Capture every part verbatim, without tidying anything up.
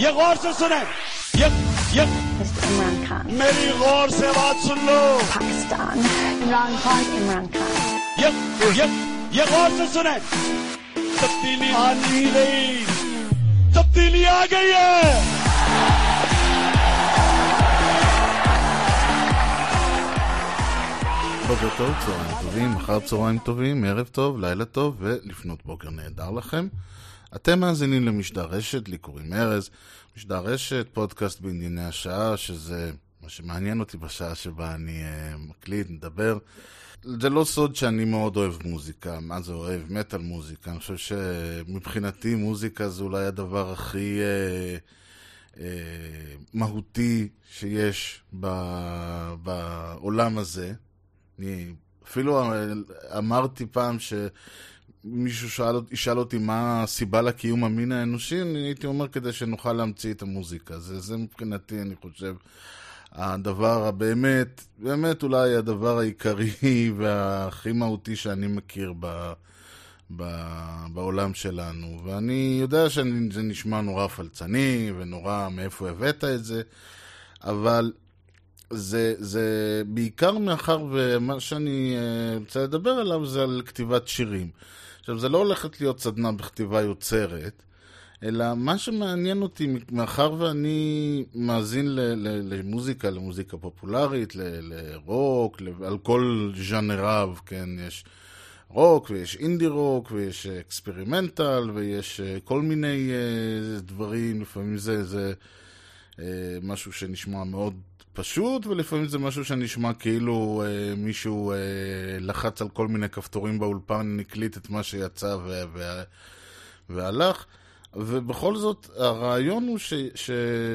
ये गौर से सुने ये ये Mister Imran Khan. मेरी गौर से बात सुन लो Pakistan. Imran Khan. Imran Khan. ये ये ये गौर से सुने तब्दीली आ नहीं गई तब्दीली आ गई है בוקר טוב, צהריים טובים, אחר צהריים טובים, ערב טוב, לילה טוב ולפנות בוקר נהדר לכם. אתם מאזינים למשדר רשת, לי קוראים ארז, משדר רשת, פודקאסט בענייני השעה, שזה מה שמעניין אותי בשעה שבה אני uh, מקליט, מדבר. זה לא סוד שאני מאוד אוהב מוזיקה, מה זה אוהב? מטל מוזיקה. אני חושב שמבחינתי מוזיקה זה אולי הדבר הכי uh, uh, מהותי שיש ב- בעולם הזה. אני אפילו אמרתי פעם שמישהו שאל, ישאל אותי מה הסיבה לקיום המין האנושי, אני הייתי אומר כדי שנוכל להמציא את המוזיקה. זה, זה מבחינתי, אני חושב, הדבר הבאמת, באמת אולי הדבר העיקרי והכי מהותי שאני מכיר ב, ב, בעולם שלנו. ואני יודע שזה נשמע נורא פלצני ונורא מאיפה הבאת את זה, אבל זה, זה בעיקר מאחר ומה שאני רוצה לדבר עליו זה על כתיבת שירים. עכשיו, זה לא הולכת להיות סדנה בכתיבה יוצרת, אלא מה שמעניין אותי, מאחר ואני מאזין ל, ל, למוזיקה, למוזיקה פופולרית, ל, לרוק, ל, על כל ז'אנריו, כן, יש רוק ויש אינדי רוק ויש אקספרימנטל ויש כל מיני דברים, לפעמים זה, זה משהו שנשמע מאוד פשוט, ולפעמים זה משהו שנשמע כאילו אה, מישהו אה, לחץ על כל מיני כפתורים באולפן, נקליט את מה שיצא ו- ו- והלך. ובכל זאת, הרעיון הוא ש... ש...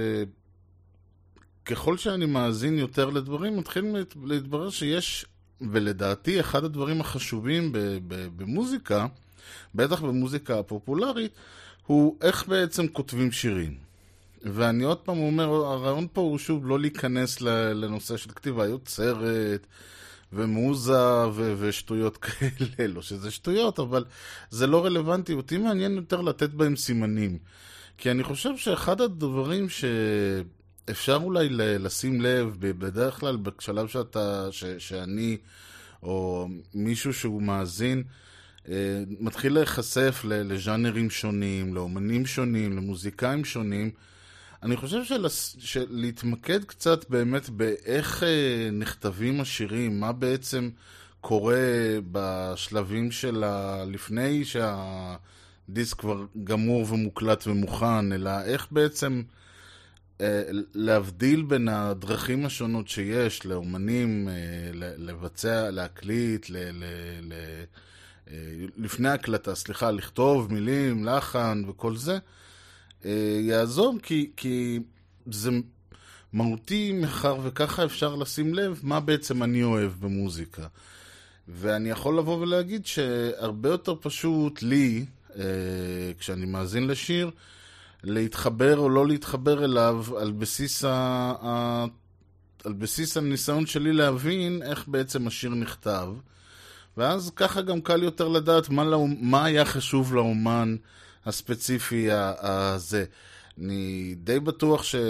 ככל שאני מאזין יותר לדברים, מתחיל להתברר שיש, ולדעתי, אחד הדברים החשובים ב- ב- במוזיקה, בטח במוזיקה הפופולרית, הוא איך בעצם כותבים שירים. ואני עוד פעם אומר, הרעיון פה הוא שוב לא להיכנס לנושא של כתיבה יוצרת ומוזה ו- ושטויות כאלה, לא שזה שטויות, אבל זה לא רלוונטי. אותי מעניין יותר לתת בהם סימנים, כי אני חושב שאחד הדברים שאפשר אולי לשים לב, בדרך כלל בשלב שאתה, ש- שאני או מישהו שהוא מאזין, מתחיל להיחשף לז'אנרים שונים, לאומנים שונים, למוזיקאים שונים, אני חושב של... שלהתמקד קצת באמת באיך נכתבים השירים, מה בעצם קורה בשלבים של ה... לפני שהדיסק כבר גמור ומוקלט ומוכן, אלא איך בעצם להבדיל בין הדרכים השונות שיש לאומנים לבצע, להקליט, ל... ל... ל... לפני הקלטה, סליחה, לכתוב מילים, לחן וכל זה, יעזור, כי, כי זה מהותי מחר, וככה אפשר לשים לב מה בעצם אני אוהב במוזיקה. ואני יכול לבוא ולהגיד שהרבה יותר פשוט לי, כשאני מאזין לשיר, להתחבר או לא להתחבר אליו על בסיס, ה... על בסיס הניסיון שלי להבין איך בעצם השיר נכתב, ואז ככה גם קל יותר לדעת מה, לא, מה היה חשוב לאומן הספציפי הזה. אני די בטוח ש...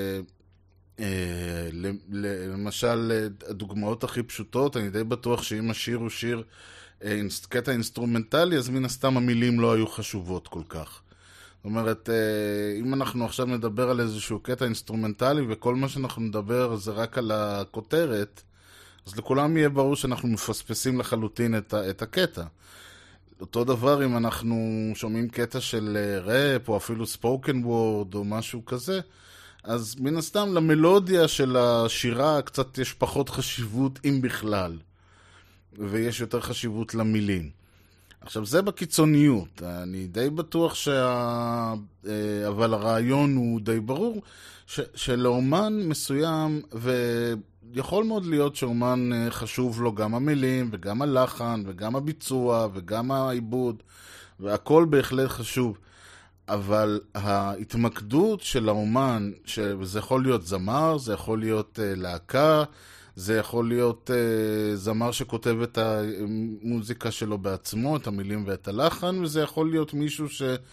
למשל, הדוגמאות הכי פשוטות, אני די בטוח שאם השיר הוא שיר קטע אינסטרומנטלי, אז מן הסתם המילים לא היו חשובות כל כך. זאת אומרת, אם אנחנו עכשיו נדבר על איזשהו קטע אינסטרומנטלי, וכל מה שאנחנו נדבר זה רק על הכותרת, אז לכולם יהיה ברור שאנחנו מפספסים לחלוטין את, את הקטע. אותו דבר אם אנחנו שומעים קטע של ראפ, או אפילו ספוקן וורד, או משהו כזה, אז מן הסתם למלודיה של השירה קצת יש פחות חשיבות, אם בכלל. ויש יותר חשיבות למילים. עכשיו, זה בקיצוניות. אני די בטוח שה... אבל הרעיון הוא די ברור, ש... שלאומן מסוים, ויכול מאוד להיות שאומן חשוב לו גם המילים, וגם הלחן, וגם הביצוע, וגם העיבוד, והכל בהחלט חשוב. אבל ההתמקדות של האומן, שזה יכול להיות זמר, זה יכול להיות להקה, זה יכול להיות uh, זמר שכותב את המוזיקה שלו בעצמו, את המילים ואת הלחן, וזה יכול להיות מישהו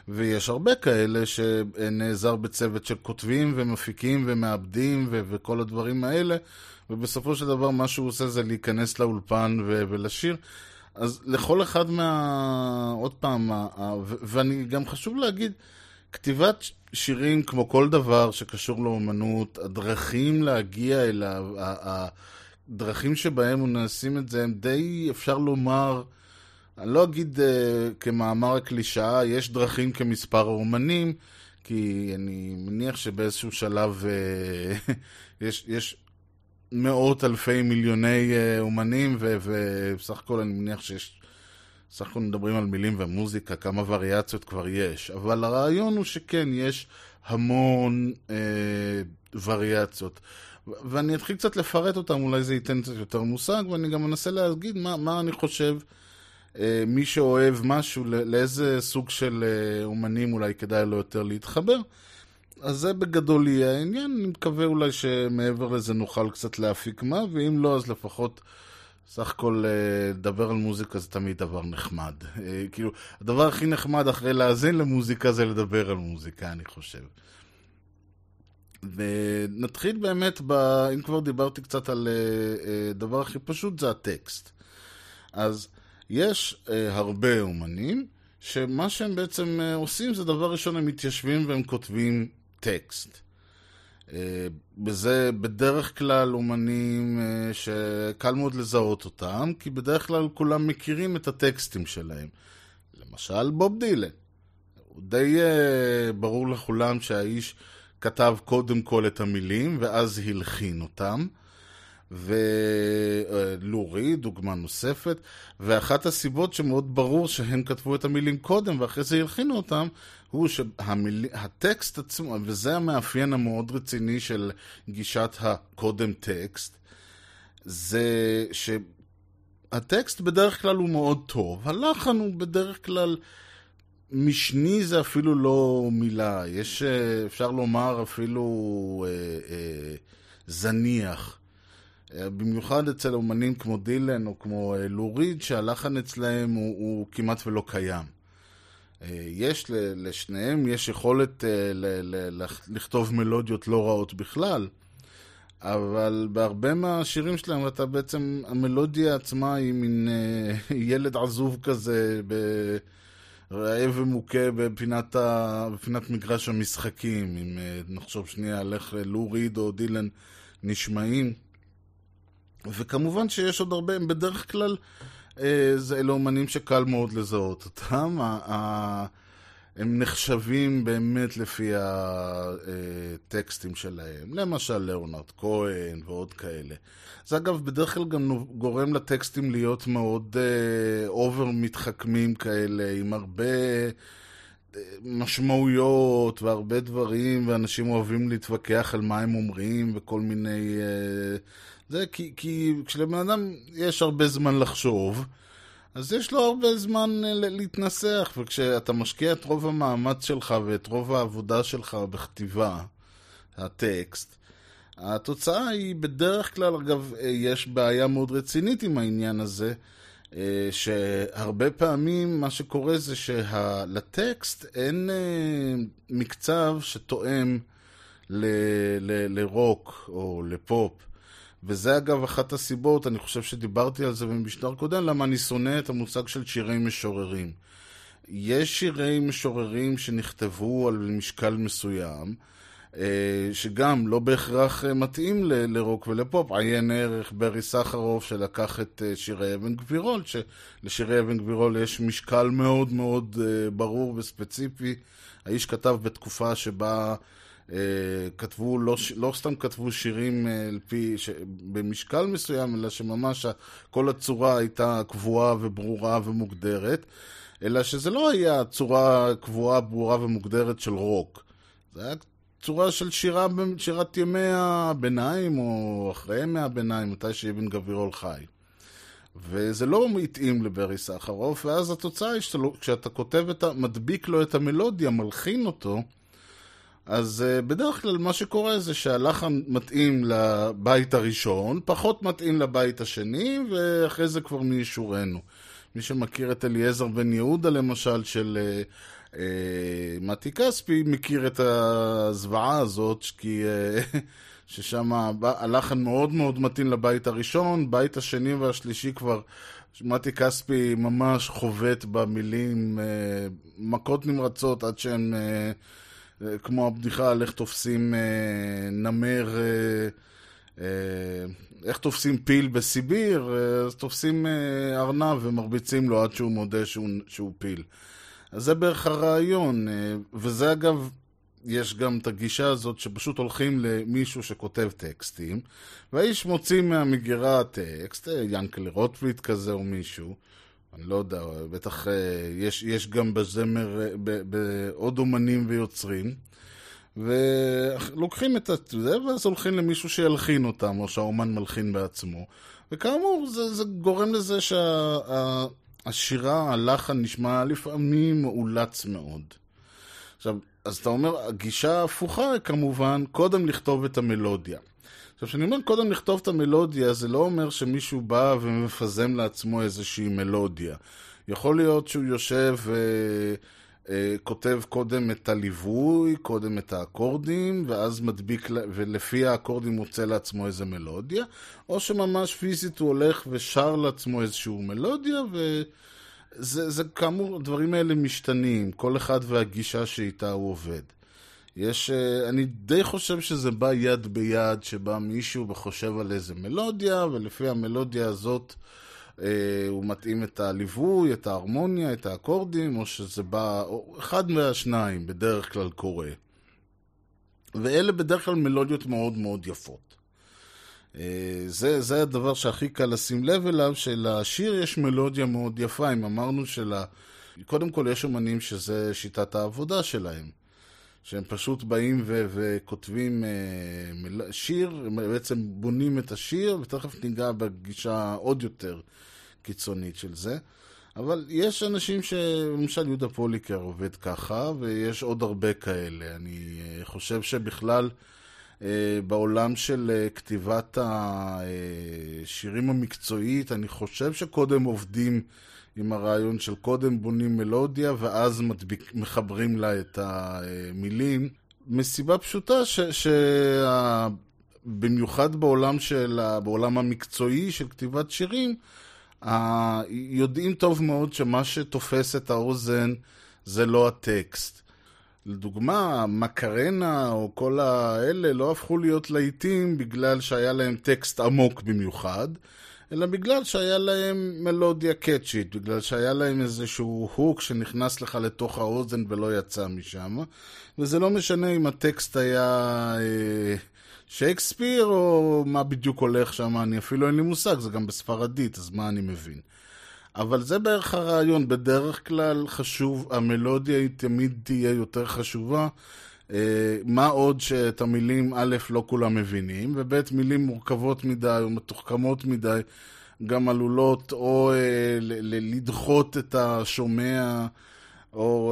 ויש הרבה כאלה שנעזר בצוות של כותבים ומפיקים ומעבדים ו- וכל הדברים האלה, ובסופו של דבר מה שהוא עושה זה להיכנס לאולפן ו- ולשיר. אז לכל אחד מה... עוד פעם, ו- ואני גם חשוב להגיד, כתיבת שירים כמו כל דבר שקשור לאומנות, הדרכים להגיע אליו, הדרכים שבהם הוא נעשים את זה, הם די אפשר לומר, אני לא אגיד uh, כמאמר הקלישאה, יש דרכים כמספר האומנים, כי אני מניח שבאיזשהו שלב uh, יש, יש מאות אלפי מיליוני uh, אומנים, ו- ובסך הכל אני מניח שיש, בסך הכל מדברים על מילים ומוזיקה, כמה וריאציות כבר יש, אבל הרעיון הוא שכן, יש המון uh, וריאציות. ואני אתחיל קצת לפרט אותם, אולי זה ייתן קצת יותר מושג, ואני גם מנסה להגיד מה, מה אני חושב, מי שאוהב משהו, לאיזה סוג של אומנים אולי כדאי לו יותר להתחבר. אז זה בגדול יהיה העניין, אני מקווה אולי שמעבר לזה נוכל קצת להפיק מה, ואם לא, אז לפחות סך הכל לדבר על מוזיקה זה תמיד דבר נחמד. כאילו, הדבר הכי נחמד אחרי להאזין למוזיקה זה לדבר על מוזיקה, אני חושב. ונתחיל באמת, ב... אם כבר דיברתי קצת על דבר הכי פשוט, זה הטקסט. אז יש הרבה אומנים שמה שהם בעצם עושים זה דבר ראשון, הם מתיישבים והם כותבים טקסט. בזה בדרך כלל אומנים שקל מאוד לזהות אותם, כי בדרך כלל כולם מכירים את הטקסטים שלהם. למשל בוב דילן. הוא די ברור לכולם שהאיש כתב קודם כל את המילים ואז הלחין אותם. ולורי, דוגמה נוספת, ואחת הסיבות שמאוד ברור שהם כתבו את המילים קודם ואחרי זה הלחינו אותם, הוא שהטקסט עצמו, וזה המאפיין המאוד רציני של גישת הקודם טקסט, זה שהטקסט בדרך כלל הוא מאוד טוב, הלחן הוא בדרך כלל משני, זה אפילו לא מילה, יש, אפשר לומר אפילו אה, אה, זניח, במיוחד אצל אומנים כמו דילן או כמו לוריד, שהלחן אצלהם הוא, הוא כמעט ולא קיים. יש לשניהם, יש יכולת ל- ל- לכתוב מלודיות לא רעות בכלל, אבל בהרבה מהשירים שלהם אתה בעצם, המלודיה עצמה היא מין ילד עזוב כזה, רעב ומוכה בפינת, ה... בפינת מגרש המשחקים. אם נחשוב שנייה על איך לוריד או דילן נשמעים. וכמובן שיש עוד הרבה, הם בדרך כלל, זה אלה אומנים שקל מאוד לזהות אותם. הם נחשבים באמת לפי הטקסטים שלהם. למשל ליאונרד כהן ועוד כאלה. זה אגב בדרך כלל גם גורם לטקסטים להיות מאוד אובר מתחכמים כאלה, עם הרבה משמעויות והרבה דברים, ואנשים אוהבים להתווכח על מה הם אומרים וכל מיני... זה כי, כי כשלבן אדם יש הרבה זמן לחשוב, אז יש לו הרבה זמן להתנסח, וכשאתה משקיע את רוב המאמץ שלך ואת רוב העבודה שלך בכתיבה, הטקסט, התוצאה היא בדרך כלל, אגב, יש בעיה מאוד רצינית עם העניין הזה, שהרבה פעמים מה שקורה זה שלטקסט אין מקצב שתואם ל, ל, לרוק או לפופ. וזה אגב אחת הסיבות, אני חושב שדיברתי על זה במשדר קודם, למה אני שונא את המושג של שירי משוררים. יש שירי משוררים שנכתבו על משקל מסוים, שגם לא בהכרח מתאים ל- לרוק ולפופ. עיין ערך ברי סחרוף שלקח את שירי אבן גבירול, שלשירי אבן גבירול יש משקל מאוד מאוד ברור וספציפי. האיש כתב בתקופה שבה כתבו, לא, לא סתם כתבו שירים לפי, ש, במשקל מסוים, אלא שממש כל הצורה הייתה קבועה וברורה ומוגדרת, אלא שזה לא היה צורה קבועה, ברורה ומוגדרת של רוק. זה היה צורה של שירה, שירת ימי הביניים, או אחרי ימי הביניים, מתי שאבן גבירול חי. וזה לא מתאים לברי סחרוף, ואז התוצאה היא כשאתה כותב את, מדביק לו את המלודיה, מלחין אותו, אז uh, בדרך כלל מה שקורה זה שהלחן מתאים לבית הראשון, פחות מתאים לבית השני, ואחרי זה כבר מי ישורנו. מי שמכיר את אליעזר בן יהודה למשל, של uh, uh, מתי כספי מכיר את הזוועה הזאת, כי ששם הלחן מאוד מאוד מתאים לבית הראשון, בית השני והשלישי כבר מתי כספי ממש חובט במילים, מכות נמרצות עד שהן כמו הבדיחה על איך תופסים נמר, איך תופסים פיל בסיביר, אז תופסים ארנב ומרביצים לו עד שהוא מודה שהוא, שהוא פיל. אז זה בערך הרעיון, וזה אגב, יש גם את הגישה הזאת שפשוט הולכים למישהו שכותב טקסטים, והאיש מוציא מהמגירה טקסט, ינקל רוטבליט כזה או מישהו, אני לא יודע, בטח יש, יש גם בזמר, בעוד אומנים ויוצרים, ולוקחים את זה, ואז הולכים למישהו שילחין אותם, או שהאומן מלחין בעצמו, וכאמור, זה, זה גורם לזה שהשירה, הלחן נשמע לפעמים מאולץ מאוד. עכשיו, אז אתה אומר, הגישה ההפוכה כמובן, קודם לכתוב את המלודיה. עכשיו, כשאני אומר קודם לכתוב את המלודיה, זה לא אומר שמישהו בא ומפזם לעצמו איזושהי מלודיה. יכול להיות שהוא יושב וכותב קודם את הליווי, קודם את האקורדים, ואז מדביק, ולפי האקורדים מוצא לעצמו איזו מלודיה, או שממש פיזית הוא הולך ושר לעצמו איזשהו מלודיה, ו... זה, זה כאמור, הדברים האלה משתנים, כל אחד והגישה שאיתה הוא עובד. יש, אני די חושב שזה בא יד ביד, שבא מישהו וחושב על איזה מלודיה, ולפי המלודיה הזאת אה, הוא מתאים את הליווי, את ההרמוניה, את האקורדים, או שזה בא, או אחד מהשניים בדרך כלל קורה. ואלה בדרך כלל מלודיות מאוד מאוד יפות. זה, זה הדבר שהכי קל לשים לב אליו, שלשיר יש מלודיה מאוד יפה. אם אמרנו שלה, קודם כל יש אומנים שזה שיטת העבודה שלהם, שהם פשוט באים ו- וכותבים מל... שיר, בעצם בונים את השיר, ותכף ניגע בגישה עוד יותר קיצונית של זה. אבל יש אנשים למשל יהודה פוליקר עובד ככה, ויש עוד הרבה כאלה. אני חושב שבכלל בעולם של כתיבת השירים המקצועית, אני חושב שקודם עובדים עם הרעיון של קודם בונים מלודיה ואז מדביק, מחברים לה את המילים, מסיבה פשוטה ש, ש... במיוחד בעולם, של... בעולם המקצועי של כתיבת שירים, יודעים טוב מאוד שמה שתופס את האוזן זה לא הטקסט. לדוגמה, מקרנה או כל האלה לא הפכו להיות לעיתים בגלל שהיה להם טקסט עמוק במיוחד, אלא בגלל שהיה להם מלודיה קאצ'ית, בגלל שהיה להם איזשהו הוק שנכנס לך לתוך האוזן ולא יצא משם. וזה לא משנה אם הטקסט היה אה, שייקספיר או מה בדיוק הולך שם, אני אפילו אין לי מושג, זה גם בספרדית, אז מה אני מבין. אבל זה בערך הרעיון, בדרך כלל חשוב, המלודיה היא תמיד תהיה יותר חשובה, מה עוד שאת המילים א' לא כולם מבינים, וב' מילים מורכבות מדי או מתוחכמות מדי, גם עלולות או לדחות את השומע, או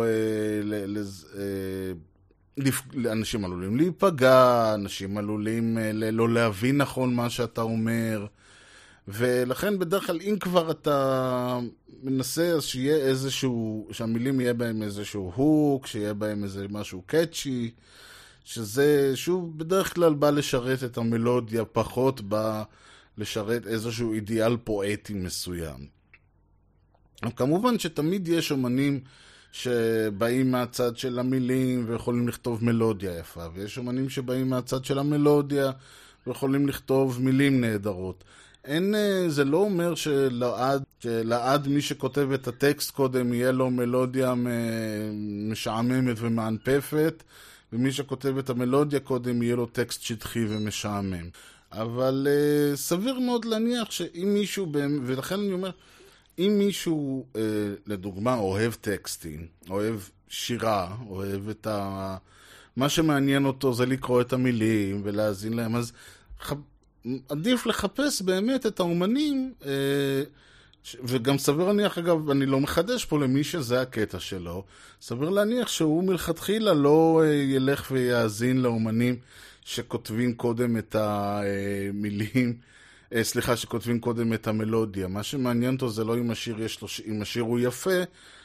אנשים עלולים להיפגע, אנשים עלולים לא להבין נכון מה שאתה אומר, ולכן בדרך כלל אם כבר אתה מנסה אז שיהיה איזשהו, שהמילים יהיה בהם איזשהו הוק, שיהיה בהם איזה משהו קאצ'י, שזה שוב בדרך כלל בא לשרת את המלודיה, פחות בא לשרת איזשהו אידיאל פואטי מסוים. כמובן שתמיד יש אומנים שבאים מהצד של המילים ויכולים לכתוב מלודיה יפה, ויש אומנים שבאים מהצד של המלודיה ויכולים לכתוב מילים נהדרות. אין, זה לא אומר שלעד, שלעד מי שכותב את הטקסט קודם יהיה לו מלודיה משעממת ומענפפת, ומי שכותב את המלודיה קודם יהיה לו טקסט שטחי ומשעמם. אבל uh, סביר מאוד להניח שאם מישהו, ולכן אני אומר, אם מישהו, uh, לדוגמה, אוהב טקסטים, אוהב שירה, אוהב את ה... מה שמעניין אותו זה לקרוא את המילים ולהזין להם, אז ח... עדיף לחפש באמת את האומנים, וגם סביר להניח, אגב, אני לא מחדש פה למי שזה הקטע שלו, סביר להניח שהוא מלכתחילה לא ילך ויאזין לאומנים שכותבים קודם את המילים, סליחה, שכותבים קודם את המלודיה. מה שמעניין אותו זה לא אם השיר, יש לו, אם השיר הוא יפה,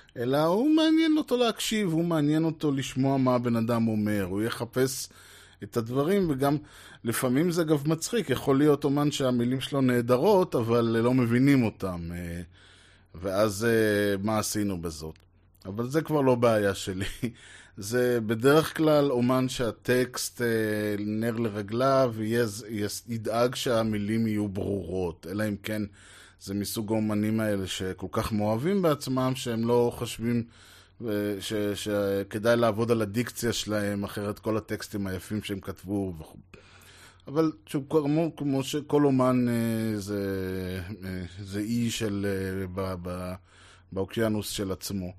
אלא הוא מעניין אותו להקשיב, הוא מעניין אותו לשמוע מה הבן אדם אומר, הוא יחפש את הדברים, וגם לפעמים זה אגב מצחיק, יכול להיות אומן שהמילים שלו נהדרות, אבל לא מבינים אותם, ואז מה עשינו בזאת? אבל זה כבר לא בעיה שלי. זה בדרך כלל אומן שהטקסט נר לרגליו, וידאג שהמילים יהיו ברורות, אלא אם כן זה מסוג האומנים האלה שכל כך מאוהבים בעצמם, שהם לא חושבים ש, שכדאי לעבוד על הדיקציה שלהם, אחרת כל הטקסטים היפים שהם כתבו וכו'. אבל שוב, כמו, כמו שכל אומן זה, זה אי של, ב, ב, באוקיינוס של עצמו.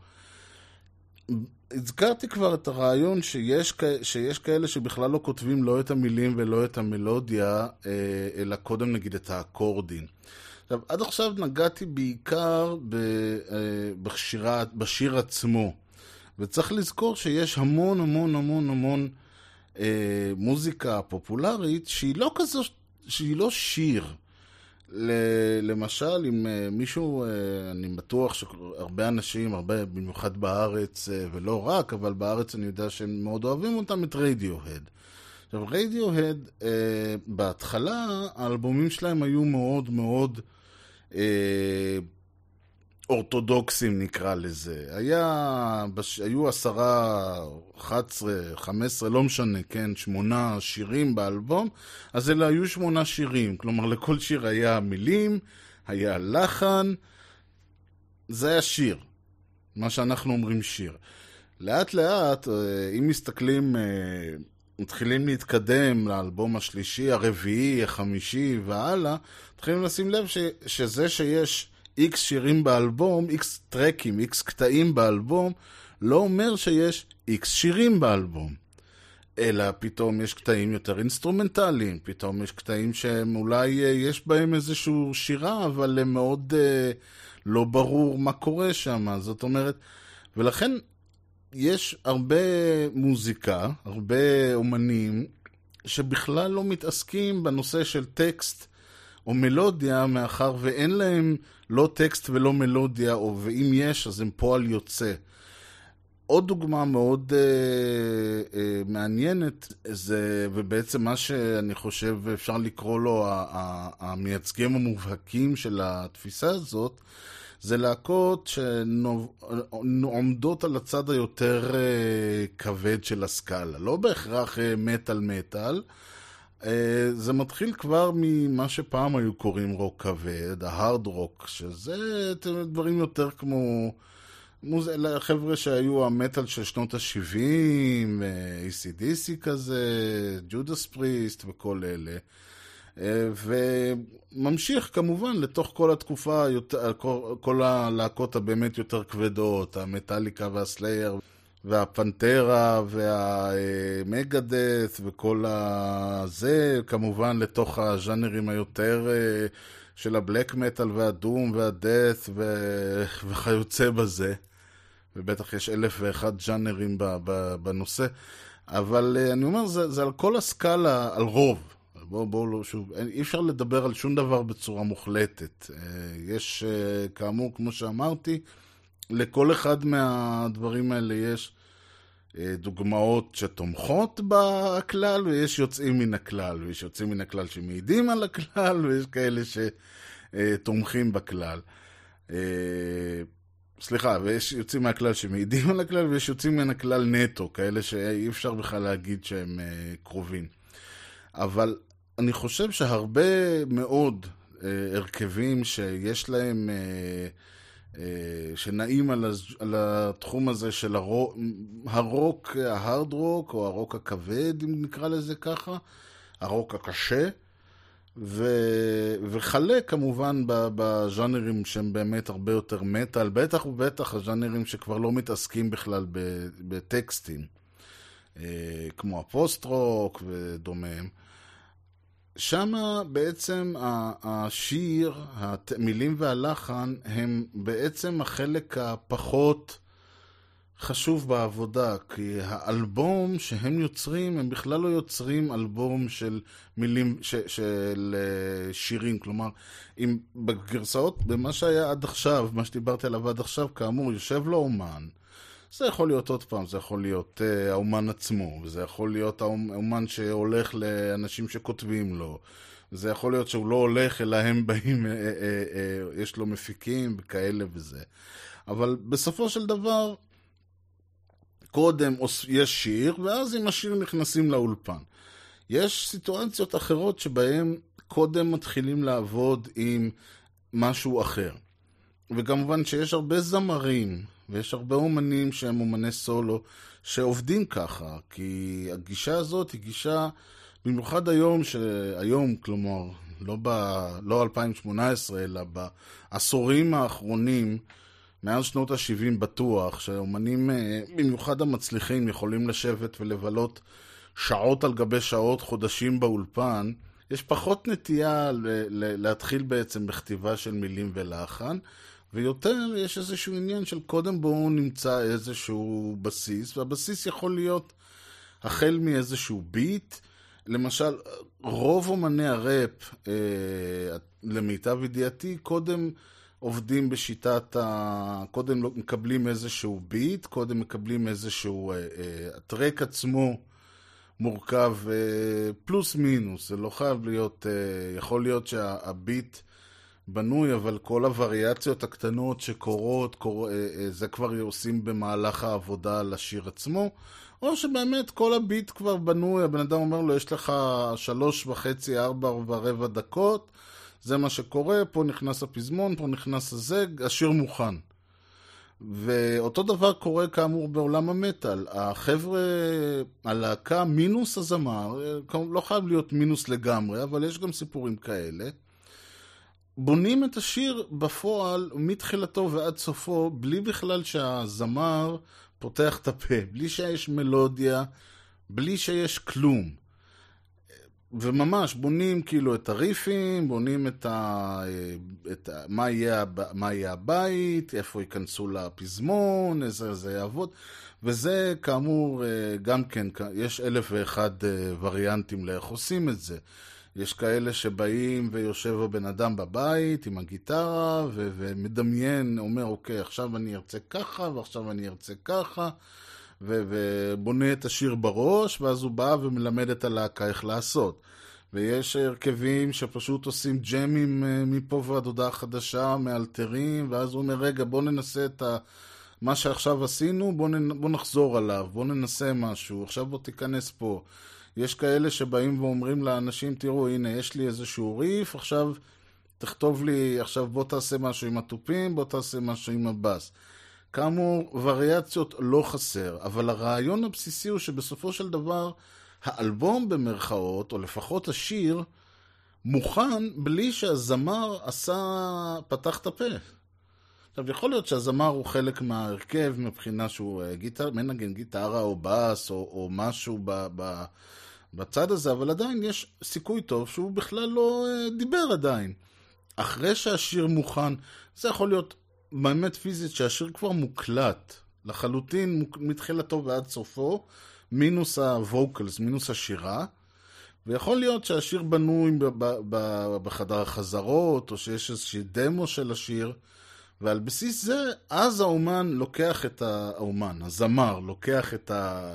הזכרתי כבר את הרעיון שיש, שיש כאלה שבכלל לא כותבים לא את המילים ולא את המלודיה, אלא קודם נגיד את האקורדים. עכשיו, עד עכשיו נגעתי בעיקר בשירה, בשיר עצמו, וצריך לזכור שיש המון המון המון המון אה, מוזיקה פופולרית שהיא לא כזו, שהיא לא שיר. למשל, אם מישהו, אני בטוח שהרבה אנשים, הרבה, במיוחד בארץ, ולא רק, אבל בארץ אני יודע שהם מאוד אוהבים אותם, את רדיוהד. עכשיו, רדיוהד, בהתחלה, האלבומים שלהם היו מאוד מאוד אורתודוקסים, נקרא לזה. היה, היו עשרה, אחת עשרה, חמש עשרה, לא משנה, כן, שמונה שירים באלבום, אז אלה היו שמונה שירים, כלומר לכל שיר היה מילים, היה לחן, זה היה שיר, מה שאנחנו אומרים שיר. לאט לאט, אם מסתכלים, מתחילים להתקדם לאלבום השלישי, הרביעי, החמישי והלאה, מתחילים לשים לב ש, שזה שיש X שירים באלבום, X טרקים, X קטעים באלבום, לא אומר שיש X שירים באלבום. אלא פתאום יש קטעים יותר אינסטרומנטליים, פתאום יש קטעים שהם אולי יש בהם איזשהו שירה, אבל הם מאוד אה, לא ברור מה קורה שם. זאת אומרת, ולכן יש הרבה מוזיקה, הרבה אומנים, שבכלל לא מתעסקים בנושא של טקסט או מלודיה, מאחר ואין להם לא טקסט ולא מלודיה, או ואם יש, אז הם פועל יוצא. עוד דוגמה מאוד אה, אה, מעניינת, זה, ובעצם מה שאני חושב אפשר לקרוא לו המייצגים המובהקים של התפיסה הזאת, זה להקות שעומדות על הצד היותר אה, כבד של הסקאלה. לא בהכרח אה, מטל מטל, זה מתחיל כבר ממה שפעם היו קוראים רוק כבד, ההארד רוק, שזה דברים יותר כמו חבר'ה שהיו המטל של שנות ה-שבעים, איי סי די סי כזה, ג'ודס פריסט וכל אלה. וממשיך כמובן לתוך כל התקופה, כל הלהקות הבאמת יותר כבדות, המטליקה והסלייר, והפנטרה והמגדס וכל הזה, כמובן לתוך הז'אנרים היותר של הבלק מטל והדום והדאט וכיוצא בזה, ובטח יש אלף ואחד ז'אנרים בנושא, אבל אני אומר, זה, זה על כל הסקאלה, על רוב. בואו, בואו, שוב, אי אפשר לדבר על שום דבר בצורה מוחלטת. יש, כאמור, כמו שאמרתי, לכל אחד מהדברים האלה יש דוגמאות שתומכות בכלל, ויש יוצאים מן הכלל, ויש יוצאים מן הכלל שמעידים על הכלל, ויש כאלה שתומכים בכלל. סליחה, ויש יוצאים מהכלל שמעידים על הכלל, ויש יוצאים מן הכלל נטו, כאלה שאי אפשר בכלל להגיד שהם קרובים. אבל אני חושב שהרבה מאוד הרכבים שיש להם שנעים על התחום הזה של הרוק, ההארד רוק, או הרוק הכבד, אם נקרא לזה ככה, הרוק הקשה, וחלק כמובן בז'אנרים שהם באמת הרבה יותר מטל, בטח ובטח הז'אנרים שכבר לא מתעסקים בכלל בטקסטים, כמו הפוסט-רוק ודומיהם. שם בעצם השיר, המילים והלחן הם בעצם החלק הפחות חשוב בעבודה, כי האלבום שהם יוצרים, הם בכלל לא יוצרים אלבום של מילים, ש, של uh, שירים, כלומר, אם בגרסאות, במה שהיה עד עכשיו, מה שדיברתי עליו עד עכשיו, כאמור, יושב לו אומן, זה יכול להיות עוד פעם, זה יכול להיות uh, האומן עצמו, וזה יכול להיות האומן שהולך לאנשים שכותבים לו, זה יכול להיות שהוא לא הולך, אלא הם באים, uh, uh, uh, יש לו מפיקים וכאלה וזה. אבל בסופו של דבר, קודם יש שיר, ואז עם השיר נכנסים לאולפן. יש סיטואציות אחרות שבהן קודם מתחילים לעבוד עם משהו אחר. וכמובן שיש הרבה זמרים, ויש הרבה אומנים שהם אומני סולו, שעובדים ככה, כי הגישה הזאת היא גישה, במיוחד היום, שהיום, כלומר, לא, ב, לא אלפיים שמונה עשרה, אלא בעשורים האחרונים, מאז שנות ה-שבעים בטוח, שאומנים, במיוחד המצליחים, יכולים לשבת ולבלות שעות על גבי שעות, חודשים באולפן. יש פחות נטייה ל- ל- להתחיל בעצם בכתיבה של מילים ולחן, ויותר יש איזשהו עניין של קודם בואו נמצא איזשהו בסיס, והבסיס יכול להיות החל מאיזשהו ביט. למשל, רוב אומני הראפ, אה, למיטב ידיעתי, קודם עובדים בשיטת ה... קודם מקבלים איזשהו ביט, קודם מקבלים איזשהו... אה, אה, הטרק עצמו מורכב אה, פלוס מינוס, זה לא חייב להיות... אה, יכול להיות שהביט בנוי, אבל כל הווריאציות הקטנות שקורות, קור... אה, אה, זה כבר עושים במהלך העבודה על השיר עצמו, או שבאמת כל הביט כבר בנוי, הבן אדם אומר לו, יש לך שלוש וחצי, ארבע ורבע דקות, זה מה שקורה, פה נכנס הפזמון, פה נכנס הזה, השיר מוכן. ואותו דבר קורה כאמור בעולם המטל. החבר'ה, הלהקה מינוס הזמר, לא חייב להיות מינוס לגמרי, אבל יש גם סיפורים כאלה, בונים את השיר בפועל מתחילתו ועד סופו, בלי בכלל שהזמר פותח את הפה, בלי שיש מלודיה, בלי שיש כלום. וממש בונים כאילו את הריפים, בונים את ה... את ה... מה יהיה, מה יהיה הבית, איפה ייכנסו לפזמון, איזה זה יעבוד, וזה כאמור גם כן, יש אלף ואחד וריאנטים לאיך עושים את זה. יש כאלה שבאים ויושב הבן אדם בבית עם הגיטרה ו- ומדמיין, אומר אוקיי, עכשיו אני ארצה ככה ועכשיו אני ארצה ככה, ו- ובונה את השיר בראש, ואז הוא בא ומלמד את הלהקה איך לעשות. ויש הרכבים שפשוט עושים ג'מים מפה ועד הודעה חדשה, מאלתרים, ואז הוא אומר רגע בוא ננסה את ה... מה שעכשיו עשינו, בוא, נ... בוא נחזור עליו, בוא ננסה משהו, עכשיו בוא תיכנס פה. יש כאלה שבאים ואומרים לאנשים, תראו, הנה, יש לי איזשהו ריף, עכשיו תכתוב לי, עכשיו בוא תעשה משהו עם הטופים, בוא תעשה משהו עם הבאס. כאמור, וריאציות לא חסר, אבל הרעיון הבסיסי הוא שבסופו של דבר, האלבום במרכאות, או לפחות השיר, מוכן בלי שהזמר עשה, פתח את הפה. עכשיו, יכול להיות שהזמר הוא חלק מההרכב מבחינה שהוא גיטר, מנגן גיטרה או בס או, או משהו ב, ב, בצד הזה, אבל עדיין יש סיכוי טוב שהוא בכלל לא דיבר עדיין. אחרי שהשיר מוכן, זה יכול להיות באמת פיזית שהשיר כבר מוקלט, לחלוטין מתחילתו ועד סופו, מינוס הווקלס, מינוס השירה, ויכול להיות שהשיר בנוי בחדר החזרות, או שיש איזושהי דמו של השיר, ועל בסיס זה, אז האומן לוקח את האומן, הזמר לוקח את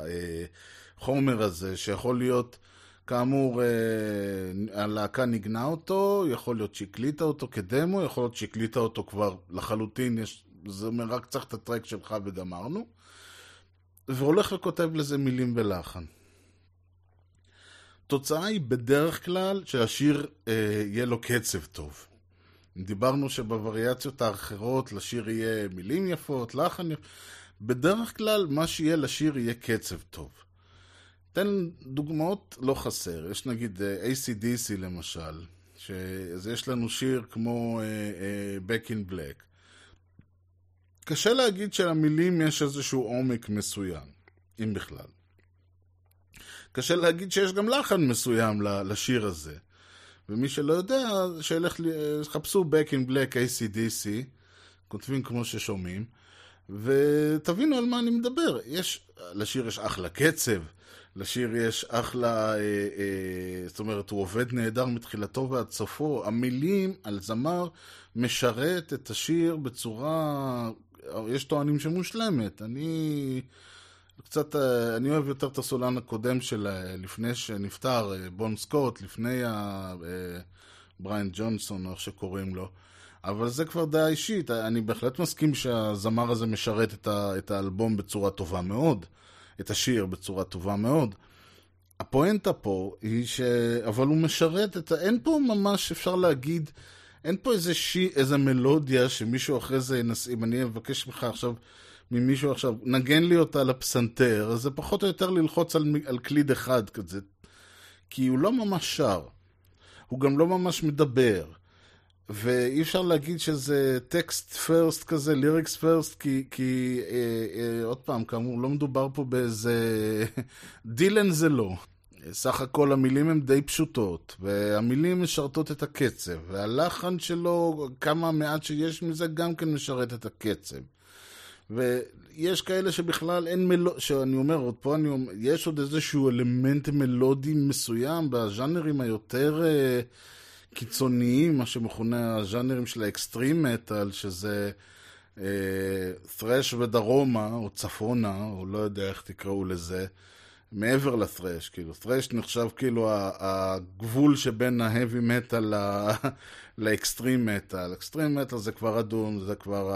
החומר הזה, שיכול להיות, כאמור, הלהקה נגנה אותו, יכול להיות שהקליטה אותו כדמו, יכול להיות שהקליטה אותו כבר לחלוטין, יש, זה אומר, רק צריך את הטרק שלך וגמרנו, והולך וכותב לזה מילים ולחן. תוצאה היא בדרך כלל שהשיר אה, יהיה לו קצב טוב. דיברנו שבווריאציות האחרות לשיר יהיה מילים יפות, לחן יפות. בדרך כלל מה שיהיה לשיר יהיה קצב טוב. תן דוגמאות לא חסר. יש נגיד איי סי די סי למשל, שיש לנו שיר כמו uh, uh, Back in Black. קשה להגיד שלמילים יש איזשהו עומק מסוים, אם בכלל. קשה להגיד שיש גם לחן מסוים לשיר הזה. ומי שלא יודע, שילך, חפשו Back in Black איי סי די סי, כותבים כמו ששומעים, ותבינו על מה אני מדבר. יש, לשיר יש אחלה קצב, לשיר יש אחלה, אה, אה, זאת אומרת, הוא עובד נהדר מתחילתו ועד סופו. המילים על זמר משרת את השיר בצורה, יש טוענים שמושלמת. אני קצת, אני אוהב יותר את הסולן הקודם של לפני שנפטר, בון סקוט, לפני בריין ג'ונסון, או איך שקוראים לו. אבל זה כבר די אישית. אני בהחלט מסכים שהזמר הזה משרת את, ה, את האלבום בצורה טובה מאוד, את השיר בצורה טובה מאוד. הפואנטה פה היא ש... אבל הוא משרת את ה... אין פה ממש, אפשר להגיד, אין פה איזה שי, איזה מלודיה שמישהו אחרי זה ינסה, אם אני אבקש ממך עכשיו, ממישהו עכשיו, נגן לי אותה על הפסנתר, אז זה פחות או יותר ללחוץ על, על קליד אחד כזה. כי הוא לא ממש שר. הוא גם לא ממש מדבר. ואי אפשר להגיד שזה טקסט פרסט כזה, ליריקס פרסט, כי, כי אה, אה, עוד פעם, כאמור, לא מדובר פה באיזה... דילן זה לא. סך הכל המילים הן די פשוטות, והמילים משרתות את הקצב, והלחן שלו, כמה מעט שיש מזה, גם כן משרת את הקצב. ויש כאלה שבכלל אין מלודיה, שאני אומר, עוד פה אני אומר, יש עוד איזשהו אלמנט מלודי מסוים, בז'אנרים היותר... אה, קיצוניים, מה שמכונה הז'אנרים של האקסטרים מטל, שזה ת'רש אה, ודרומה, או צפונה, או לא יודע איך תקראו לזה, מעבר לת'רש, כאילו, ת'רש נחשב כאילו הגבול שבין ההאבי מטל לאקסטרים מטל. אקסטרים מטל זה כבר אדום, זה כבר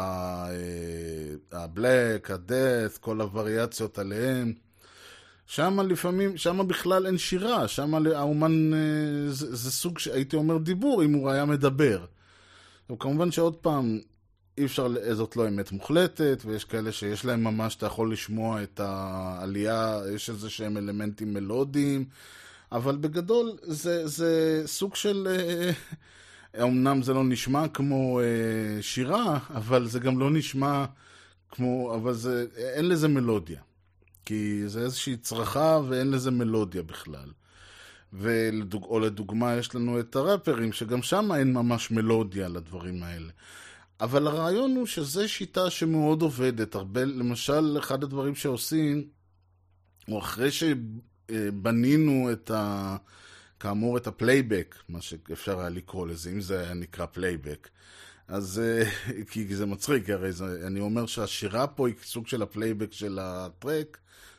הבלק, הדאט, כל הווריאציות עליהם. שם לפעמים, שם בכלל אין שירה, שם האומן זה, זה סוג שהייתי אומר דיבור אם הוא היה מדבר. וכמובן שעוד פעם אי אפשר, זאת לא אמת מוחלטת, ויש כאלה שיש להם ממש, אתה יכול לשמוע את העלייה, יש איזה שהם אלמנטים מלודיים, אבל בגדול זה, זה סוג של, אמנם זה לא נשמע כמו שירה, אבל זה גם לא נשמע כמו, אבל זה, אין לזה מלודיה. כי זה איזושהי צרחה ואין לזה מלודיה בכלל. ולדוג... או לדוגמה יש לנו את הראפרים, שגם שם אין ממש מלודיה לדברים האלה. אבל הרעיון הוא שזו שיטה שמאוד עובדת. הרבה, למשל, אחד הדברים שעושים, הוא אחרי שבנינו את ה... כאמור את הפלייבק, מה שאפשר היה לקרוא לזה, אם זה היה נקרא פלייבק. אז, כי זה מצחיק, הרי זה, אני אומר שהשירה פה היא סוג של הפלייבק של הטרק,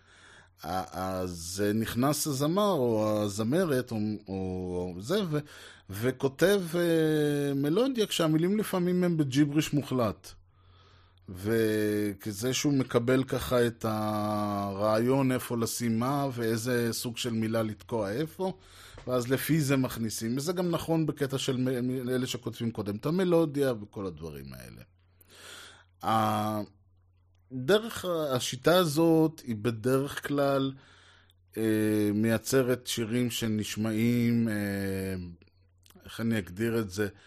אז נכנס הזמר או הזמרת או, או זה ו, וכותב מלודיה כשהמילים לפעמים הם בג'יבריש מוחלט, וכזה שהוא מקבל ככה את הרעיון איפה לשים מה ואיזה סוג של מילה לתקוע איפה, ואז לפי זה מכניסים. וזה גם נכון בקטע של אלה שכותבים קודם את המלודיה וכל הדברים האלה. דרך השיטה הזאת היא בדרך כלל אה, מייצרת שירים שנשמעים, אה, איך אני אגדיר את זה,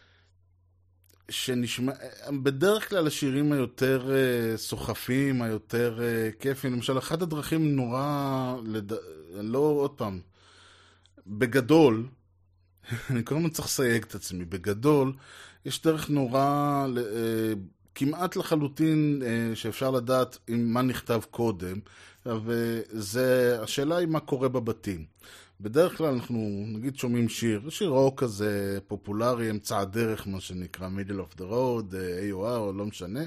שנשמע, בדרך כלל השירים היותר אה, סוחפים, היותר אה, כיפים. למשל, אחד הדרכים נורא, לד... לא עוד פעם, בגדול, אני כל הזמן צריך לסייג את עצמי, בגדול, יש דרך נורא... אה, כמעט לחלוטין שאפשר לדעת עם מה נכתב קודם, וזה, השאלה היא מה קורה בבתים. בדרך כלל אנחנו נגיד שומעים שיר, שיר רוק כזה פופולרי, אמצע הדרך, מה שנקרא middle of the road, איי או אר, או לא משנה.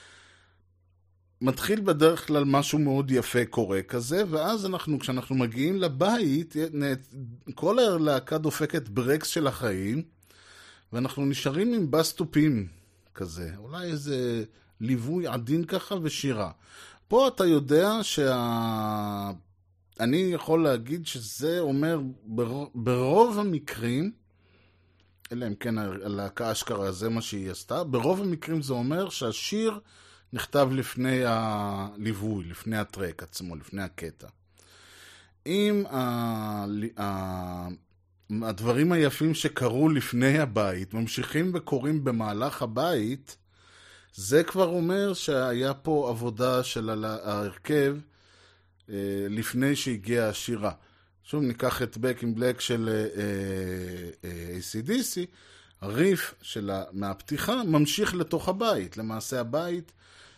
מתחיל בדרך כלל משהו מאוד יפה קורה כזה, ואז אנחנו, כשאנחנו מגיעים לבית, כל הלהקה דופקת ברקס של החיים, ואנחנו נשארים עם בסטופים כזה, אולי איזה ליווי עדין ככה ושירה. פה אתה יודע שה... אני יכול להגיד שזה אומר בר... ברוב המקרים, אלא אם כן הלהקה אשכרה זה מה שהיא עשתה, ברוב המקרים זה אומר שהשיר נכתב לפני הליווי, לפני הטרק עצמו, לפני הקטע. אם ה... ה... הדברים היפים שקרו לפני הבית ממשיכים וקורים במהלך הבית, זה כבר אומר שהיה פה עבודה של ההרכב לפני שהגיעה השירה. שוב ניקח את Back in Black של איי סי די סי, הריף של מהפתיחה ממשיך לתוך הבית. למעשה הבית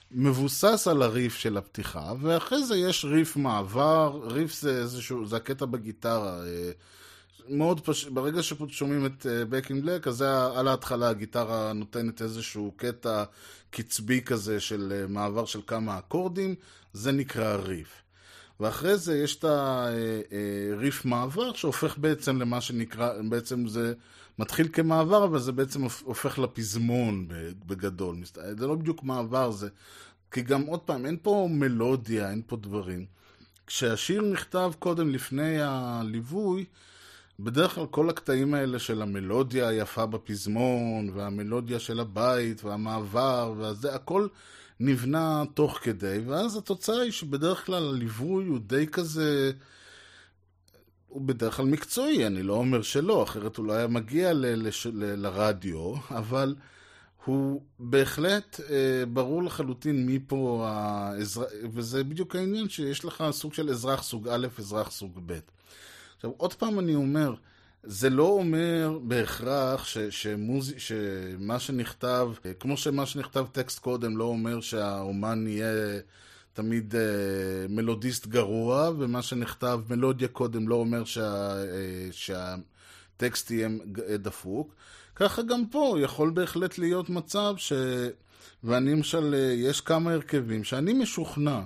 מבוסס על הריף של הפתיחה, ואחרי זה יש ריף מעבר, ריף זה איזשהו, זה הקטע בגיטרה, מאוד פשוט, ברגע ששומעים את Back in Black, אז זה על ההתחלה הגיטרה נותנת איזשהו קטע קצבי כזה של מעבר של כמה אקורדים, זה נקרא ריף. ואחרי זה יש את הריף מעבר שהופך בעצם למה שנקרא, בעצם זה מתחיל כמעבר, אבל זה בעצם הופך לפזמון בגדול. זה לא בדיוק מעבר, זה, כי גם עוד פעם, אין פה מלודיה, אין פה דברים. כשהשיר נכתב קודם לפני הליווי, בדרך כלל כל הקטעים האלה של המלודיה היפה בפזמון, והמלודיה של הבית, והמעבר, וזה, הכל נבנה תוך כדי, ואז התוצאה היא שבדרך כלל הליווי הוא די כזה, הוא בדרך כלל מקצועי, אני לא אומר שלא, אחרת הוא לא היה מגיע ל- ל- ל- לרדיו, אבל הוא בהחלט אה, ברור לחלוטין מי פה האזרח, וזה בדיוק העניין שיש לך סוג של אזרח סוג א', אזרח סוג ב'. עכשיו, עוד פעם אני אומר, זה לא אומר בהכרח ש, שמוז... שמה שנכתב, כמו שמה שנכתב טקסט קודם, לא אומר שהאומן יהיה תמיד אה, מלודיסט גרוע, ומה שנכתב מלודיה קודם לא אומר שה... אה, שהטקסט יהיה דפוק. ככה גם פה יכול בהחלט להיות מצב ש... ואני למשל, יש כמה הרכבים שאני משוכנע,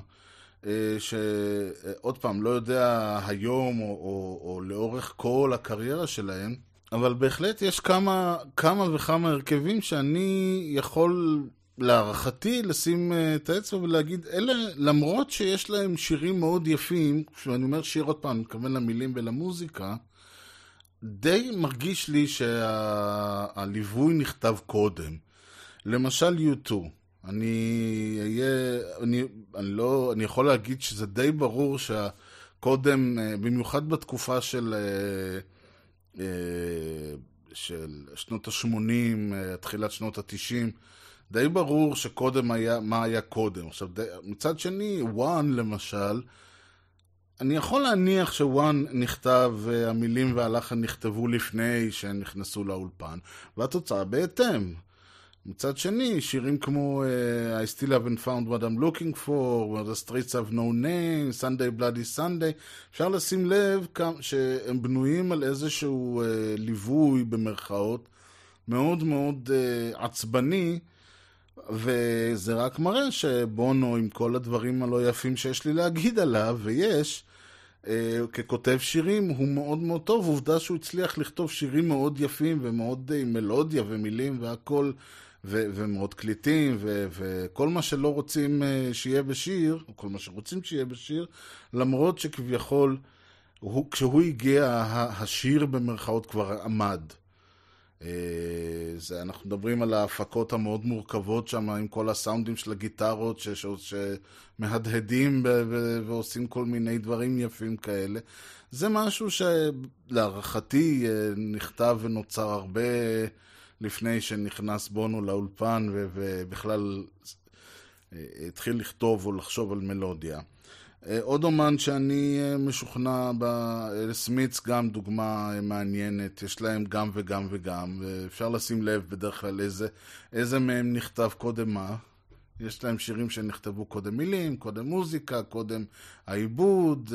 שעוד פעם, לא יודע היום או, או, או לאורך כל הקריירה שלהם, אבל בהחלט יש כמה, כמה וכמה הרכבים שאני יכול להערכתי לשים את האצבע ולהגיד, אלה למרות שיש להם שירים מאוד יפים, כשאני אומר שיר עוד פעם, אני מתכוון למילים ולמוזיקה, די מרגיש לי שהליווי נכתב קודם. למשל יו טו. אני אהיה, אני, אני לא, אני יכול להגיד שזה די ברור שקודם, במיוחד בתקופה של, של שנות ה-שמונים, תחילת שנות ה-תשעים, די ברור שקודם היה, מה היה קודם. עכשיו, די, מצד שני, וואן למשל, אני יכול להניח שוואן נכתב, המילים והלחן נכתבו לפני שהם נכנסו לאולפן, והתוצאה בהתאם. מצד שני, שירים כמו uh, I still haven't found what I'm looking for, Where the streets have no name, Sunday bloody Sunday, אפשר לשים לב שהם בנויים על איזשהו uh, ליווי במרכאות מאוד מאוד uh, עצבני, וזה רק מראה שבונו עם כל הדברים הלא יפים שיש לי להגיד עליו, ויש, uh, ככותב שירים הוא מאוד מאוד טוב, עובדה שהוא הצליח לכתוב שירים מאוד יפים ומאוד uh, מלודיה ומילים והכל, ו- ומאוד קליטים, ו- וכל מה שלא רוצים uh, שיהיה בשיר, או כל מה שרוצים שיהיה בשיר, למרות שכביכול, הוא, כשהוא הגיע, השיר במרכאות כבר עמד. Uh, זה, אנחנו מדברים על ההפקות המאוד מורכבות שם, עם כל הסאונדים של הגיטרות, ש- ש- שמהדהדים ב- ו- ועושים כל מיני דברים יפים כאלה. זה משהו שלהערכתי uh, נכתב ונוצר הרבה לפני שנכנס בונו לאולפן ו- ובכלל התחיל לכתוב או לחשוב על מלודיה. עוד אומן שאני משוכנע, סמיץ גם דוגמה מעניינת, יש להם גם וגם וגם, ואפשר לשים לב בדרך כלל איזה, איזה מהם נכתב קודם מה. יש להם שירים שנכתבו קודם מילים, קודם מוזיקה, קודם העיבוד,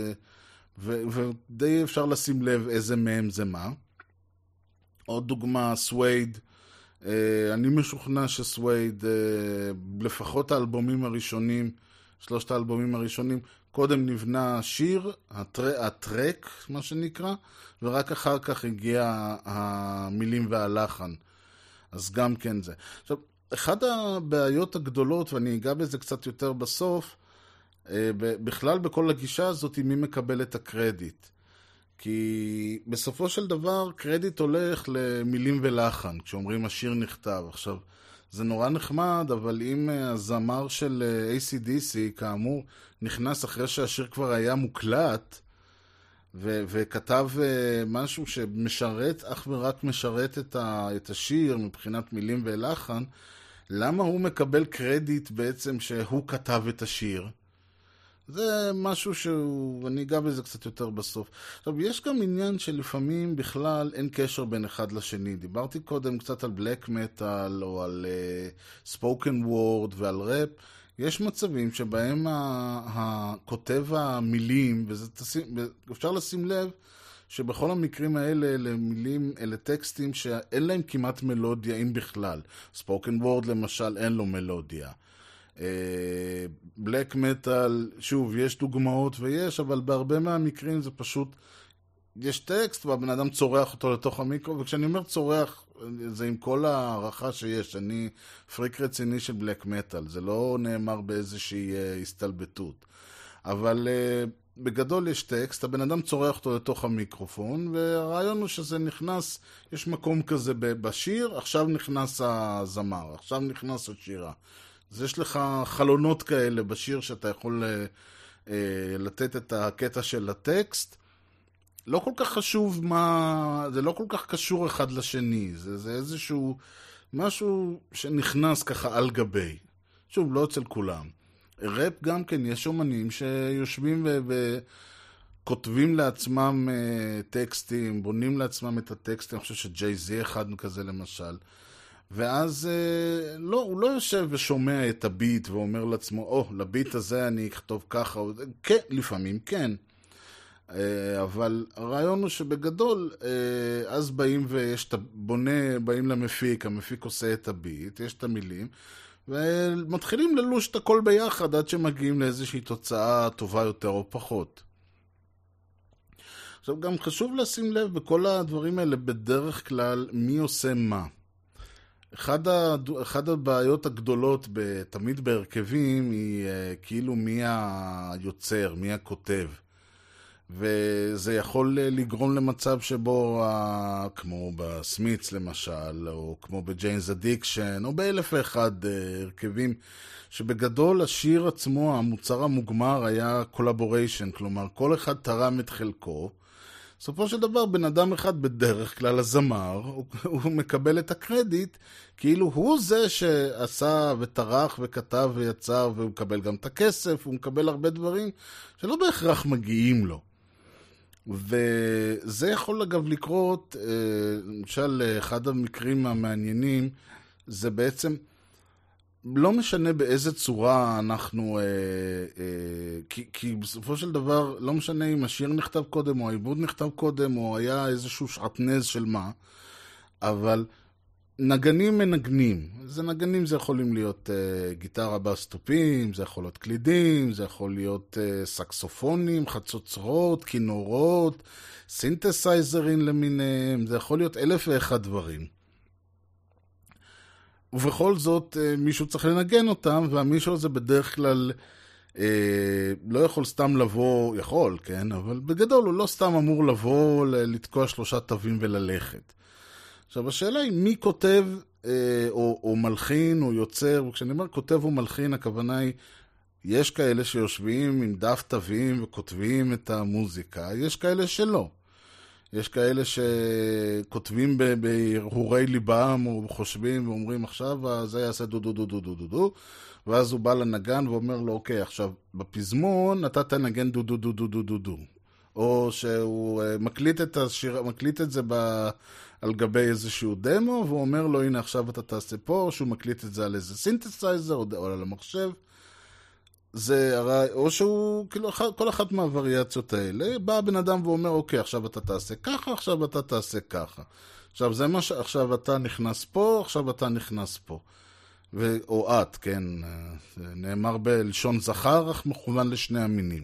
ו- ודי אפשר לשים לב איזה מהם זה מה. עוד דוגמה, סווייד. אני משוכנע שסווייד, לפחות האלבומים הראשונים, שלושת האלבומים הראשונים, קודם נבנה שיר, הטר, הטרק, מה שנקרא, ורק אחר כך הגיע המילים והלחן. אז גם כן זה. עכשיו, אחד הבעיות הגדולות, ואני אגע בזה קצת יותר בסוף, בכלל בכל הגישה הזאת, מי מקבל את הקרדיט. כי בסופו של דבר קרדיט הולך למילים ולחן, כשאומרים השיר נכתב. עכשיו, זה נורא נחמד, אבל אם הזמר של איי סי די סי, כאמור, נכנס אחרי שהשיר כבר היה מוקלט, ו- וכתב משהו שמשרת, אך ורק משרת את, ה- את השיר מבחינת מילים ולחן, למה הוא מקבל קרדיט בעצם שהוא כתב את השיר? זה משהו שהוא, אני אגע בזה קצת יותר בסוף. עכשיו, יש גם עניין שלפעמים בכלל אין קשר בין אחד לשני. דיברתי קודם קצת על בלק מטל, או על ספוקן uh, וורד ועל ראפ. יש מצבים שבהם הכותב המילים, ואפשר לשים לב שבכל המקרים האלה אלה מילים, אלה טקסטים שאין להם כמעט מלודיה, אם בכלל. ספוקן וורד למשל אין לו מלודיה. בלק מטל, שוב, יש דוגמאות ויש, אבל בהרבה מהמקרים זה פשוט, יש טקסט והבן אדם צורח אותו לתוך המיקרו, וכשאני אומר צורח, זה עם כל הערכה שיש. אני פריק רציני של בלק מטל, זה לא נאמר באיזושהי הסתלבטות. אבל בגדול יש טקסט, הבן אדם צורח אותו לתוך המיקרופון, והרעיון הוא שזה נכנס, יש מקום כזה בשיר, עכשיו נכנס הזמר, עכשיו נכנס השירה. אז יש לך חלונות כאלה בשיר שאתה יכול אה, לתת את הקטע של הטקסט. לא כל כך חשוב מה, זה לא כל כך קשור אחד לשני, זה, זה איזשהו משהו שנכנס ככה על גבי. שוב, לא אצל כולם. ראפ גם כן, יש אומנים שיושבים וכותבים לעצמם טקסטים, בונים לעצמם את הטקסטים, אני חושב שג'יי זי אחד כזה למשל. ואז לא, הוא לא יושב ושומע את הביט ואומר לעצמו, או, oh, לביט הזה אני אכתוב ככה. כן, לפעמים כן. אבל הרעיון הוא שבגדול, אז באים ויש את הבונה, באים למפיק, המפיק עושה את הביט, יש את המילים, ומתחילים ללוש את הכל ביחד עד שמגיעים לאיזושהי תוצאה טובה יותר או פחות. עכשיו גם חשוב לשים לב בכל הדברים האלה בדרך כלל מי עושה מה. אחד, הד... אחד הבעיות הגדולות תמיד בהרכבים היא כאילו מי היוצר, מי הכותב. וזה יכול לגרום למצב שבו, כמו בסמיץ למשל, או כמו בג'יינס אדיקשן, או באלף ואחד הרכבים, שבגדול השיר עצמו, המוצר המוגמר היה קולבוריישן, כלומר כל אחד תרם את חלקו. בסופו של דבר בן אדם אחד בדרך כלל הזמר, הוא, הוא מקבל את הקרדיט, כאילו הוא זה שעשה וטרח וכתב ויצר, והוא מקבל גם את הכסף, הוא מקבל הרבה דברים שלא בהכרח מגיעים לו. וזה יכול אגב לקרות, למשל אחד המקרים המעניינים, זה בעצם לא משנה באיזה צורה אנחנו, כי, כי בסופו של דבר לא משנה אם השיר נכתב קודם או העיבוד נכתב קודם או היה איזשהו שעטנז של מה, אבל נגנים מנגנים. זה נגנים, זה יכולים להיות uh, גיטרה בסטופים, זה יכול להיות קלידים, זה יכול להיות uh, סקסופונים, חצוצרות, כינורות, סינתסייזרים למיניהם, זה יכול להיות אלף ואחד דברים. ובכל זאת uh, מישהו צריך לנגן אותם, והמישהו הזה בדרך כלל uh, לא יכול סתם לבוא, יכול, כן, אבל בגדול הוא לא סתם אמור לבוא לתקוע שלושה תווים וללכת. עכשיו, השאלה היא מי כותב אה, או, או מלחין או יוצר, וכשאני אומר כותב או מלחין, הכוונה היא, יש כאלה שיושבים עם דף תווים וכותבים את המוזיקה, יש כאלה שלא. יש כאלה שכותבים בהרהורי ליבם או חושבים ואומרים עכשיו זה יעשה דו דו דו דו דו דו דו, ואז הוא בא לנגן ואומר לו, אוקיי, עכשיו בפזמון אתה תנגן דו דו דו דו דו דו דו. או שהוא מקליט את השיר, מקליט את זה ב... על גבי איזשהו דמו, והוא אומר לו, הנה עכשיו אתה תעשה פה, או שהוא מקליט את זה על איזה סינתסייזר, או, או על המחשב. זה, או שהוא, כאילו, כל אחת מהווריאציות האלה, בא בן אדם ואומר, אוקיי, עכשיו אתה תעשה ככה, עכשיו אתה תעשה ככה. עכשיו זה מה ש... עכשיו אתה נכנס פה, עכשיו אתה נכנס פה. ו... או את, כן, נאמר בלשון זכר, אך מכוון לשני המינים.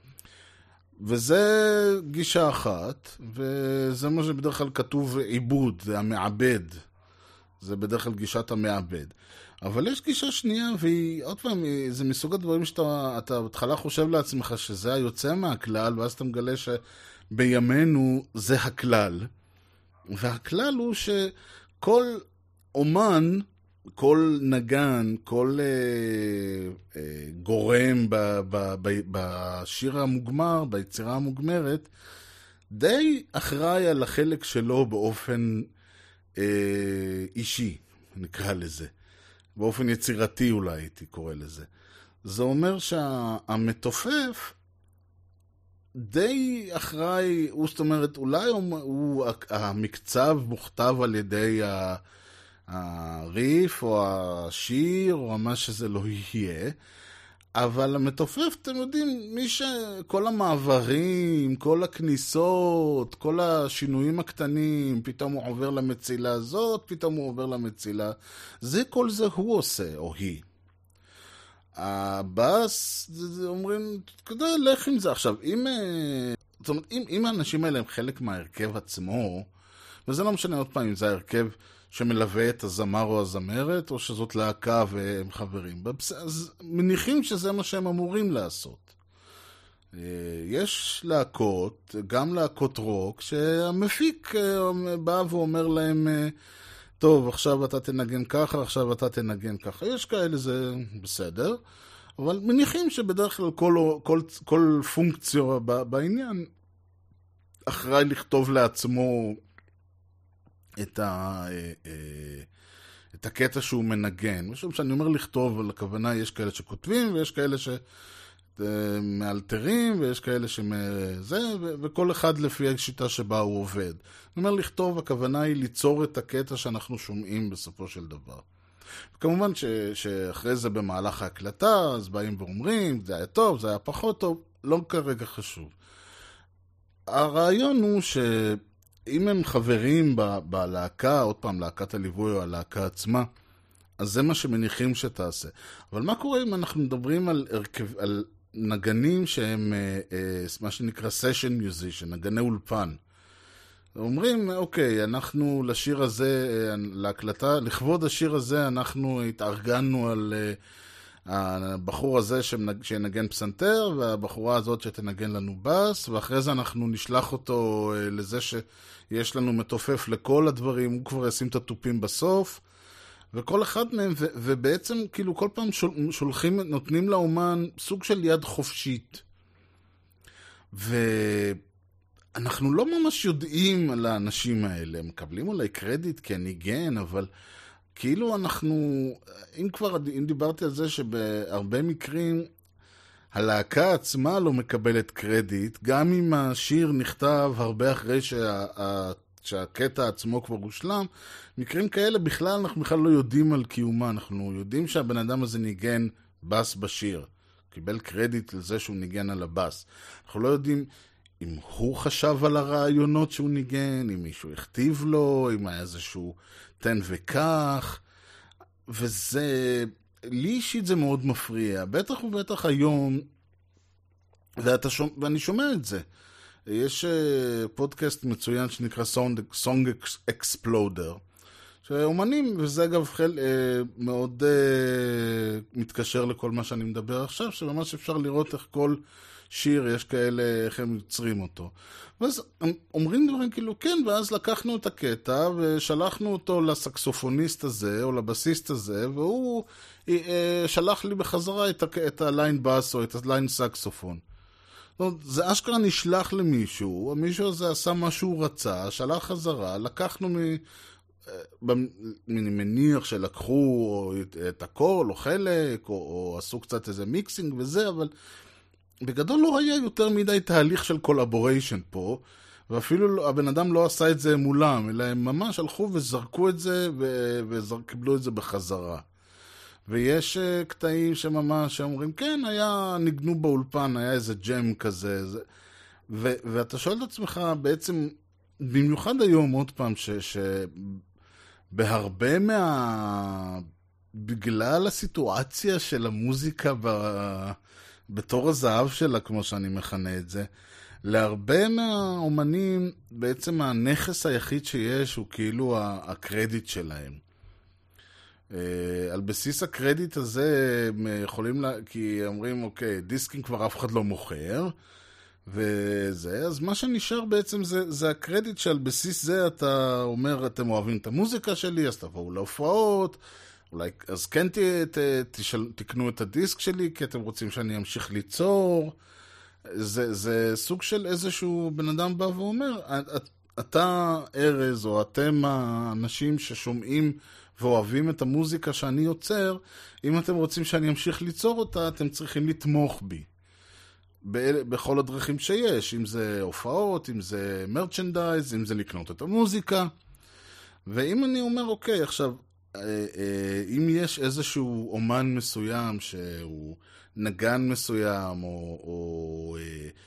וזה גישה אחת, וזה מה שבדרך כלל כתוב עיבוד, זה המעבד. זה בדרך כלל גישת המעבד. אבל יש גישה שנייה, והיא, עוד פעם, זה מסוג הדברים שאתה אתה בהתחלה חושב לעצמך שזה היוצא מהכלל, ואז אתה מגלה שבימינו זה הכלל. והכלל הוא שכל אומן, כל נגן, כל אה, אה, גורם ב, ב, ב, בשיר המוגמר, ביצירה המוגמרת, די אחראי על החלק שלו באופן אה, אישי, נקרא לזה. באופן יצירתי אולי הייתי קורא לזה. זה אומר שהמתופף די אחראי, הוא זאת אומרת, אולי הוא, הוא המקצב מוכתב על ידי ה... הריף או השיר או מה שזה לא יהיה, אבל המתופף, אתם יודעים, מי שכל המעברים, כל הכניסות, כל השינויים הקטנים, פתאום הוא עובר למצילה הזאת, פתאום הוא עובר למצילה, זה כל זה הוא עושה, או היא. הבאס, אומרים, כדאי, לך עם זה. עכשיו, אם, זאת אומרת, אם, אם האנשים האלה הם חלק מההרכב עצמו, וזה לא משנה עוד פעם אם זה ההרכב שמלווה את הזמר או הזמרת, או שזאת להקה והם חברים. אז מניחים שזה מה שהם אמורים לעשות. יש להקות, גם להקות רוק, שהמפיק בא ואומר להם, טוב, עכשיו אתה תנגן ככה, עכשיו אתה תנגן ככה. יש כאלה, זה בסדר. אבל מניחים שבדרך כלל כל, כל, כל פונקציה בעניין אחראי לכתוב לעצמו את, ה, את הקטע שהוא מנגן. משום שאני אומר לכתוב, אבל הכוונה יש כאלה שכותבים, ויש כאלה שמאלתרים, ויש כאלה שזה, וכל אחד לפי השיטה שבה הוא עובד. אני אומר לכתוב, הכוונה היא ליצור את הקטע שאנחנו שומעים בסופו של דבר. וכמובן ש, שאחרי זה במהלך ההקלטה, אז באים ואומרים, זה היה טוב, זה היה פחות טוב, לא כרגע חשוב. הרעיון הוא ש... אם הם חברים ב- בלהקה, עוד פעם, להקת הליווי או הלהקה עצמה, אז זה מה שמניחים שתעשה. אבל מה קורה אם אנחנו מדברים על, הרכב, על נגנים שהם, אה, אה, מה שנקרא session musician, נגני אולפן. אומרים, אוקיי, אנחנו לשיר הזה, אה, להקלטה, לכבוד השיר הזה, אנחנו התארגנו על... אה, הבחור הזה שנגן פסנתר, והבחורה הזאת שתנגן לנו בס, ואחרי זה אנחנו נשלח אותו לזה שיש לנו מתופף לכל הדברים, הוא כבר ישים את הטופים בסוף, וכל אחד מהם, ו- ובעצם כאילו כל פעם שולחים, נותנים לאומן סוג של יד חופשית. ואנחנו לא ממש יודעים על האנשים האלה, הם מקבלים אולי קרדיט כניגן, אבל... כאילו אנחנו, אם כבר, אם דיברתי על זה שבהרבה מקרים הלהקה עצמה לא מקבלת קרדיט, גם אם השיר נכתב הרבה אחרי שה, שהקטע עצמו כבר הושלם, מקרים כאלה בכלל אנחנו בכלל לא יודעים על קיומה, אנחנו יודעים שהבן אדם הזה ניגן בס בשיר, קיבל קרדיט על זה שהוא ניגן על הבס. אנחנו לא יודעים אם הוא חשב על הרעיונות שהוא ניגן, אם מישהו הכתיב לו, אם היה איזשהו תן וכך, וזה, לי אישית זה מאוד מפריע, בטח ובטח היום, ואתה שומע, ואני שומע את זה. יש uh, פודקאסט מצוין שנקרא Song, Song Exploder, שאומנים, וזה אגב חל, uh, מאוד uh, מתקשר לכל מה שאני מדבר עכשיו, שממש אפשר לראות איך כל שיר, יש כאלה, איך הם יוצרים אותו. ואז אומרים דברים כאילו, כן, ואז לקחנו את הקטע ושלחנו אותו לסקסופוניסט הזה או לבסיסט הזה, והוא אה, שלח לי בחזרה את, את הליין בס או את הליין סקסופון. זאת אומרת, זה אשכרה נשלח למישהו, המישהו הזה עשה מה שהוא רצה, שלח חזרה, לקחנו מ... אני מניח שלקחו את הקול או חלק, או, או עשו קצת איזה מיקסינג וזה, אבל... בגדול לא היה יותר מדי תהליך של קולאבוריישן פה, ואפילו הבן אדם לא עשה את זה מולם, אלא הם ממש הלכו וזרקו את זה וקיבלו את זה בחזרה. ויש קטעים שממש אומרים, כן, היה ניגנו באולפן, היה איזה ג'ם כזה, זה... ו- ואתה שואל את עצמך בעצם, במיוחד היום עוד פעם, שבהרבה מה... בגלל הסיטואציה של המוזיקה ב... בתור הזהב שלה, כמו שאני מכנה את זה, להרבה מהאומנים, בעצם הנכס היחיד שיש הוא כאילו הקרדיט שלהם. על בסיס הקרדיט הזה הם יכולים, לה... כי אומרים, אוקיי, דיסקים כבר אף אחד לא מוכר, וזה, אז מה שנשאר בעצם זה, זה הקרדיט שעל בסיס זה אתה אומר, אתם אוהבים את המוזיקה שלי, אז תבואו להופעות, אולי, אז כן ת, ת, תשל, תקנו את הדיסק שלי, כי אתם רוצים שאני אמשיך ליצור. זה, זה סוג של איזשהו בן אדם בא ואומר, אתה ארז, או אתם האנשים ששומעים ואוהבים את המוזיקה שאני יוצר, אם אתם רוצים שאני אמשיך ליצור אותה, אתם צריכים לתמוך בי. בכל הדרכים שיש, אם זה הופעות, אם זה מרצ'נדייז, אם זה לקנות את המוזיקה. ואם אני אומר, אוקיי, עכשיו, אם יש איזשהו אומן מסוים שהוא נגן מסוים או, או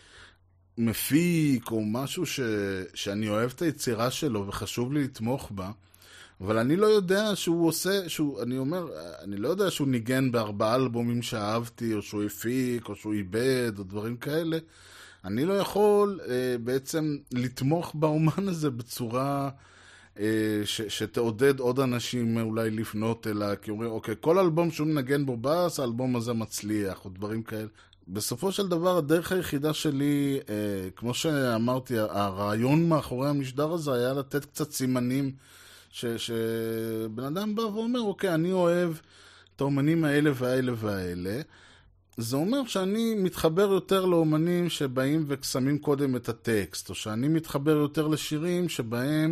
מפיק או משהו ש, שאני אוהב את היצירה שלו וחשוב לי לתמוך בה, אבל אני לא יודע שהוא עושה, שהוא, אני אומר, אני לא יודע שהוא ניגן בארבעה אלבומים שאהבתי, או שהוא הפיק, או שהוא איבד, או דברים כאלה. אני לא יכול אה, בעצם לתמוך באומן הזה בצורה אה, ש, שתעודד עוד אנשים אולי לפנות אליה, כי אומרים, אוקיי, כל אלבום שהוא מנגן בו בס, האלבום הזה מצליח, או דברים כאלה. בסופו של דבר, הדרך היחידה שלי, אה, כמו שאמרתי, הרעיון מאחורי המשדר הזה היה לתת קצת סימנים, ש, שבן אדם בא ואומר, אוקיי, אני אוהב את האומנים האלה והאלה והאלה. זה אומר שאני מתחבר יותר לאומנים שבאים ושמים קודם את הטקסט, או שאני מתחבר יותר לשירים שבהם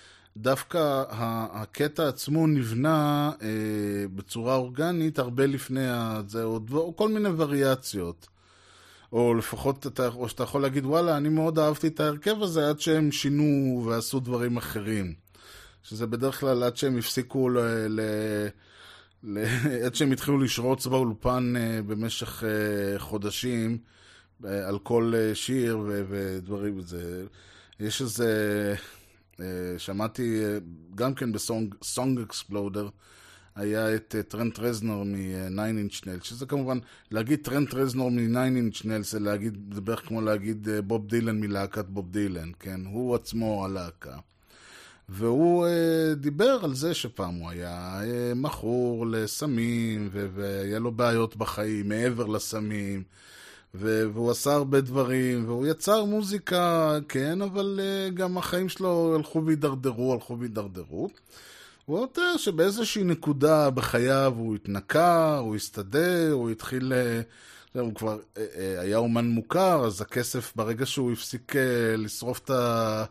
דווקא הקטע עצמו נבנה אה, בצורה אורגנית הרבה לפני זה, או, או כל מיני וריאציות. או לפחות, אתה, או שאתה יכול להגיד, וואלה, אני מאוד אהבתי את ההרכב הזה עד שהם שינו ועשו דברים אחרים. שזה בדרך כלל עד שהם הפסיקו ל... ל... ל... עד שהם התחילו לשרוץ באולפן במשך חודשים על כל שיר ו... ודברים. זה... יש איזה... שמעתי גם כן בסונג סונג אקספלודר, היה את טרנט רזנור מ-Nine Inch Nails, שזה כמובן, להגיד טרנט רזנור מ-Nine Inch Nails זה להגיד, זה בערך כמו להגיד בוב דילן מלהקת בוב דילן, כן? הוא עצמו הלהקה. והוא uh, דיבר על זה שפעם הוא היה uh, מכור לסמים, ו- והיה לו בעיות בחיים מעבר לסמים, ו- והוא עשה הרבה דברים, והוא יצר מוזיקה, כן, אבל uh, גם החיים שלו הלכו והידרדרו, הלכו והידרדרו. הוא אומר שבאיזושהי נקודה בחייו הוא התנקה, הוא הסתדר, הוא התחיל, uh, הוא כבר uh, uh, היה אומן מוכר, אז הכסף, ברגע שהוא הפסיק uh, לשרוף את ה...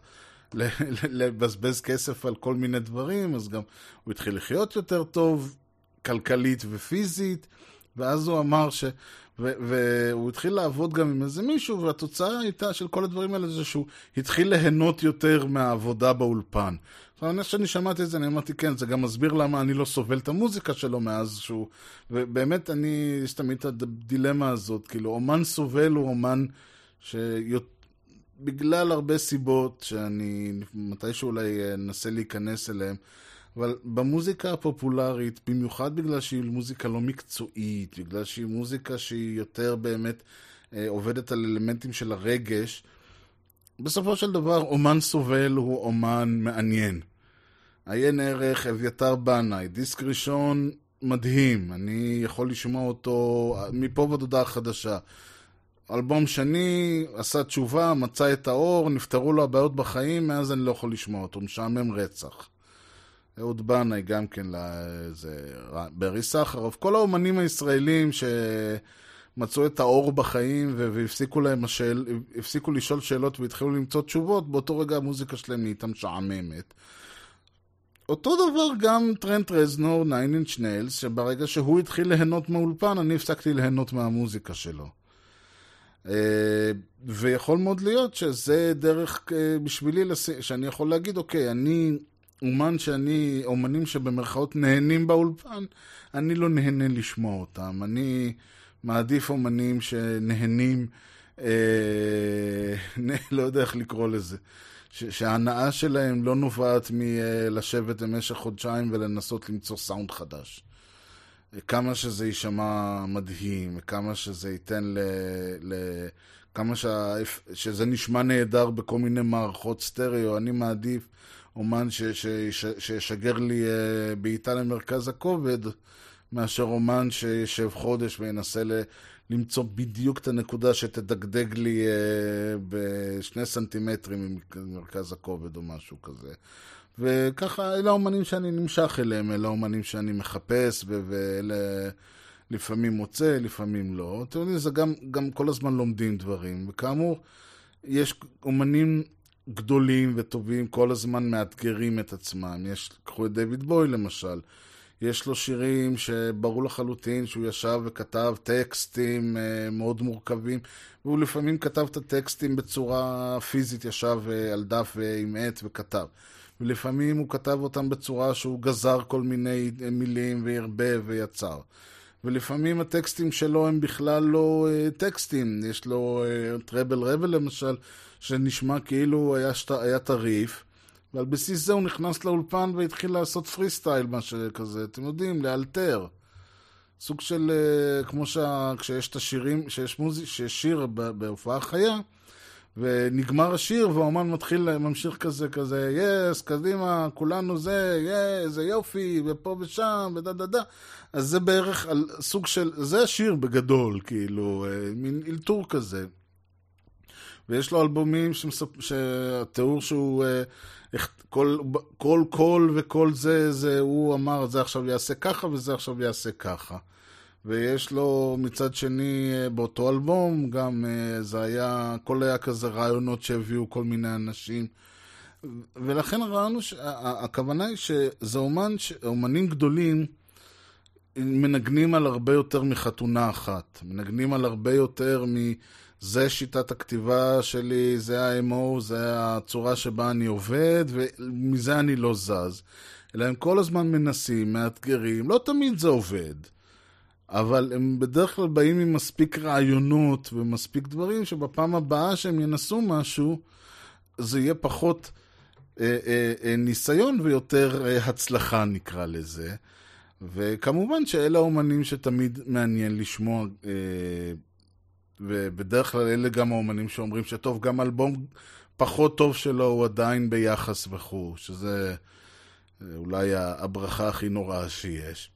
לבזבז כסף על כל מיני דברים, אז גם הוא התחיל לחיות יותר טוב, כלכלית ופיזית, ואז הוא אמר ש... ו- והוא התחיל לעבוד גם עם איזה מישהו, והתוצאה הייתה של כל הדברים האלה זה שהוא התחיל ליהנות יותר מהעבודה באולפן. עכשיו, אני שאני שמעתי את זה, אני אמרתי, כן, זה גם מסביר למה אני לא סובל את המוזיקה שלו מאז שהוא... ובאמת, אני, יש תמיד את הדילמה הזאת, כאילו, אומן סובל הוא אומן שיותר... בגלל הרבה סיבות שאני מתישהו אולי אנסה להיכנס אליהם, אבל במוזיקה הפופולרית, במיוחד בגלל שהיא מוזיקה לא מקצועית, בגלל שהיא מוזיקה שהיא יותר באמת אה, עובדת על אלמנטים של הרגש, בסופו של דבר אומן סובל הוא אומן מעניין. עיין ערך אביתר בנאי, דיסק ראשון מדהים, אני יכול לשמוע אותו מפה ועד הודעה חדשה. אלבום שני, עשה תשובה, מצא את האור, נפטרו לו הבעיות בחיים, מאז אני לא יכול לשמוע אותו, משעמם רצח. אהוד בנאי גם כן, לזה, ברי סחרוף, כל האומנים הישראלים שמצאו את האור בחיים והפסיקו להם השאל, הפסיקו לשאול שאלות והתחילו למצוא תשובות, באותו רגע המוזיקה שלהם נהייתה משעממת. אותו דבר גם טרנט רזנור, Nine Inch Nails, שברגע שהוא התחיל ליהנות מהאולפן, אני הפסקתי ליהנות מהמוזיקה שלו. ויכול מאוד להיות שזה דרך בשבילי שאני יכול להגיד, אוקיי, אני אומן שאני, אומנים שבמרכאות נהנים באולפן, אני לא נהנה לשמוע אותם. אני מעדיף אומנים שנהנים, אה, לא יודע איך לקרוא לזה, שההנאה שלהם לא נובעת מלשבת במשך חודשיים ולנסות למצוא סאונד חדש. כמה שזה יישמע מדהים, כמה שזה ייתן ל... ל... כמה שה... שזה נשמע נהדר בכל מיני מערכות סטריאו, אני מעדיף אומן ש... ש... ש... שישגר לי uh, בעיטה למרכז הכובד, מאשר אומן שישב חודש וינסה ל... למצוא בדיוק את הנקודה שתדגדג לי uh, בשני סנטימטרים ממרכז הכובד או משהו כזה. וככה, אלה האומנים שאני נמשך אליהם, אלה האומנים שאני מחפש, ואלה לפעמים מוצא, לפעמים לא. אתם יודעים, זה גם, גם כל הזמן לומדים דברים. וכאמור, יש אומנים גדולים וטובים כל הזמן מאתגרים את עצמם. יש, קחו את דיוויד בוי למשל, יש לו שירים שברור לחלוטין שהוא ישב וכתב טקסטים אה, מאוד מורכבים, והוא לפעמים כתב את הטקסטים בצורה פיזית, ישב אה, על דף עם עט וכתב. ולפעמים הוא כתב אותם בצורה שהוא גזר כל מיני מילים והרבה ויצר. ולפעמים הטקסטים שלו הם בכלל לא אה, טקסטים. יש לו אה, טראבל רבל למשל, שנשמע כאילו היה, שת, היה טריף, ועל בסיס זה הוא נכנס לאולפן והתחיל לעשות פרי סטייל, משהו כזה, אתם יודעים, לאלתר. סוג של, אה, כמו שה, כשיש את השירים, שיש מוזיק, שיש שיר בהופעה חיה, ונגמר השיר והאומן מתחיל, ממשיך כזה, כזה, יס, קדימה, כולנו זה, יס, זה יופי, ופה ושם, ודה דה דה. אז זה בערך על סוג של, זה השיר בגדול, כאילו, מין אילתור כזה. ויש לו אלבומים שמספ... שהתיאור שהוא, כל, כל, כל וכל זה, זה, הוא אמר, זה עכשיו יעשה ככה, וזה עכשיו יעשה ככה. ויש לו מצד שני באותו אלבום גם זה היה, כל היה כזה רעיונות שהביאו כל מיני אנשים, ולכן ראינו שהכוונה היא שזה אומן, אומנים גדולים מנגנים על הרבה יותר מחתונה אחת, מנגנים על הרבה יותר מזה שיטת הכתיבה שלי, זה ה-אם או, זה הצורה שבה אני עובד ומזה אני לא זז, אלא הם כל הזמן מנסים, מאתגרים, לא תמיד זה עובד, אבל הם בדרך כלל באים עם מספיק רעיונות ומספיק דברים שבפעם הבאה שהם ינסו משהו, זה יהיה פחות אה, אה, אה, ניסיון ויותר אה, הצלחה נקרא לזה. וכמובן שאלה האומנים שתמיד מעניין לשמוע, אה, ובדרך כלל אלה גם האומנים שאומרים שטוב, גם אלבום פחות טוב שלו הוא עדיין ביחס וכו', שזה אה, אולי הברכה הכי נוראה שיש.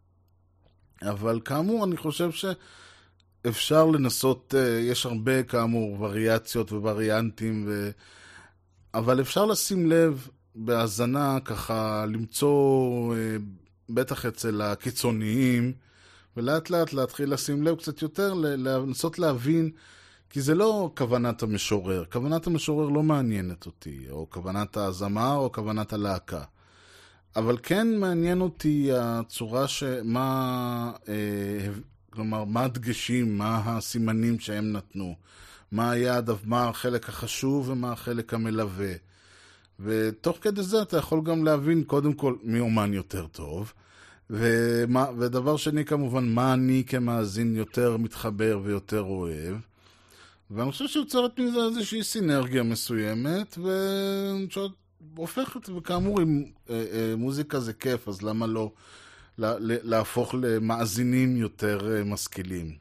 אבל כאמור, אני חושב שאפשר לנסות, יש הרבה כאמור וריאציות ווריאנטים, ו... אבל אפשר לשים לב בהזנה ככה, למצוא בטח אצל הקיצוניים, ולאט לאט להתחיל לשים לב קצת יותר, לנסות להבין, כי זה לא כוונת המשורר, כוונת המשורר לא מעניינת אותי, או כוונת הזמר או כוונת הלהקה. אבל כן מעניין אותי הצורה שמה, אה, כלומר, מה הדגשים, מה הסימנים שהם נתנו, מה היה, מה החלק החשוב ומה החלק המלווה. ותוך כדי זה אתה יכול גם להבין קודם כל מי אומן יותר טוב, ומה, ודבר שני כמובן מה אני כמאזין יותר מתחבר ויותר אוהב. ואני חושב שיוצרת מזה איזושהי סינרגיה מסוימת, ושעות הופכת, וכאמור, אם אה, אה, מוזיקה זה כיף, אז למה לא לה, להפוך למאזינים יותר אה, משכילים.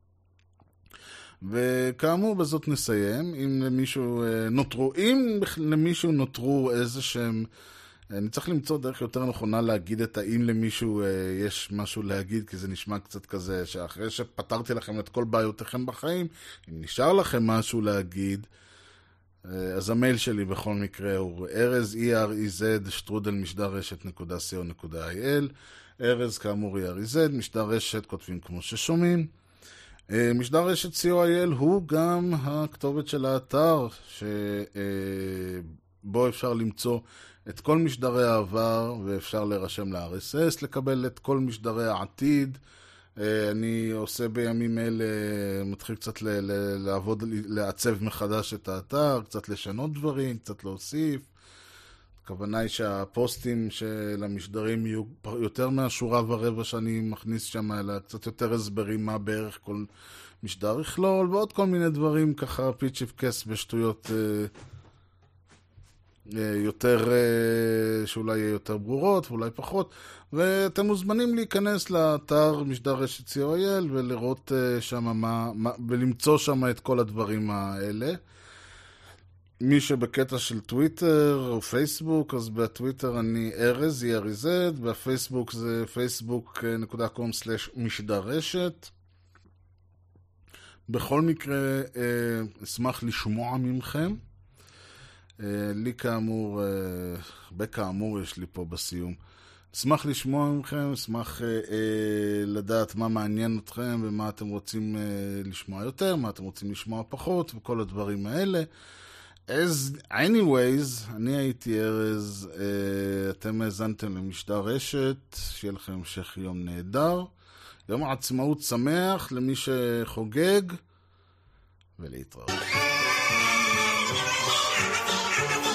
וכאמור, בזאת נסיים. אם למישהו אה, נותרו, אם למישהו נותרו איזה שהם, אני צריך למצוא דרך יותר נכונה להגיד את האם למישהו אה, יש משהו להגיד, כי זה נשמע קצת כזה, שאחרי שפתרתי לכם את כל בעיותיכם בחיים, אם נשאר לכם משהו להגיד, אז המייל שלי בכל מקרה הוא ארז, אי אר אי זד, שטרודל משדר רשת נקודה סי או נקודה איי אל. ארז כאמור אי אר אי זד, משדר רשת כותבים כמו ששומעים. משדר רשת סי או איי אל הוא גם הכתובת של האתר, שבו אפשר למצוא את כל משדרי העבר, ואפשר להירשם ל-אר אס אס, לקבל את כל משדרי העתיד. אני עושה בימים אלה, מתחיל קצת ל- ל- לעבוד, לעצב מחדש את האתר, קצת לשנות דברים, קצת להוסיף. הכוונה היא שהפוסטים של המשדרים יהיו יותר מהשורה ורבע שאני מכניס שם, אלא קצת יותר הסברים מה בערך כל משדר יכלול, ועוד כל מיני דברים ככה, פיצ'יפ קס בשטויות יותר, שאולי יהיה יותר ברורות ואולי פחות, ואתם מוזמנים להיכנס לאתר משדר רשת סי או איי אל ולראות שם מה, מה, ולמצוא שם את כל הדברים האלה. מי שבקטע של טוויטר או פייסבוק, אז בטוויטר אני ארז, אי אר אי זד, בפייסבוק זה פייסבוק נקודה קום סלש משדר רשת. בכל מקרה, אשמח לשמוע ממכם. לי כאמור, בכאמור יש לי פה בסיום. אשמח לשמוע מכם, אשמח לדעת מה מעניין אתכם ומה אתם רוצים לשמוע יותר, מה אתם רוצים לשמוע פחות וכל הדברים האלה. as anyways, אני הייתי ארז, uh, אתם האזנתם למשדר רשת, שיהיה לכם המשך יום נהדר, יום העצמאות שמח למי שחוגג, ולהתראות.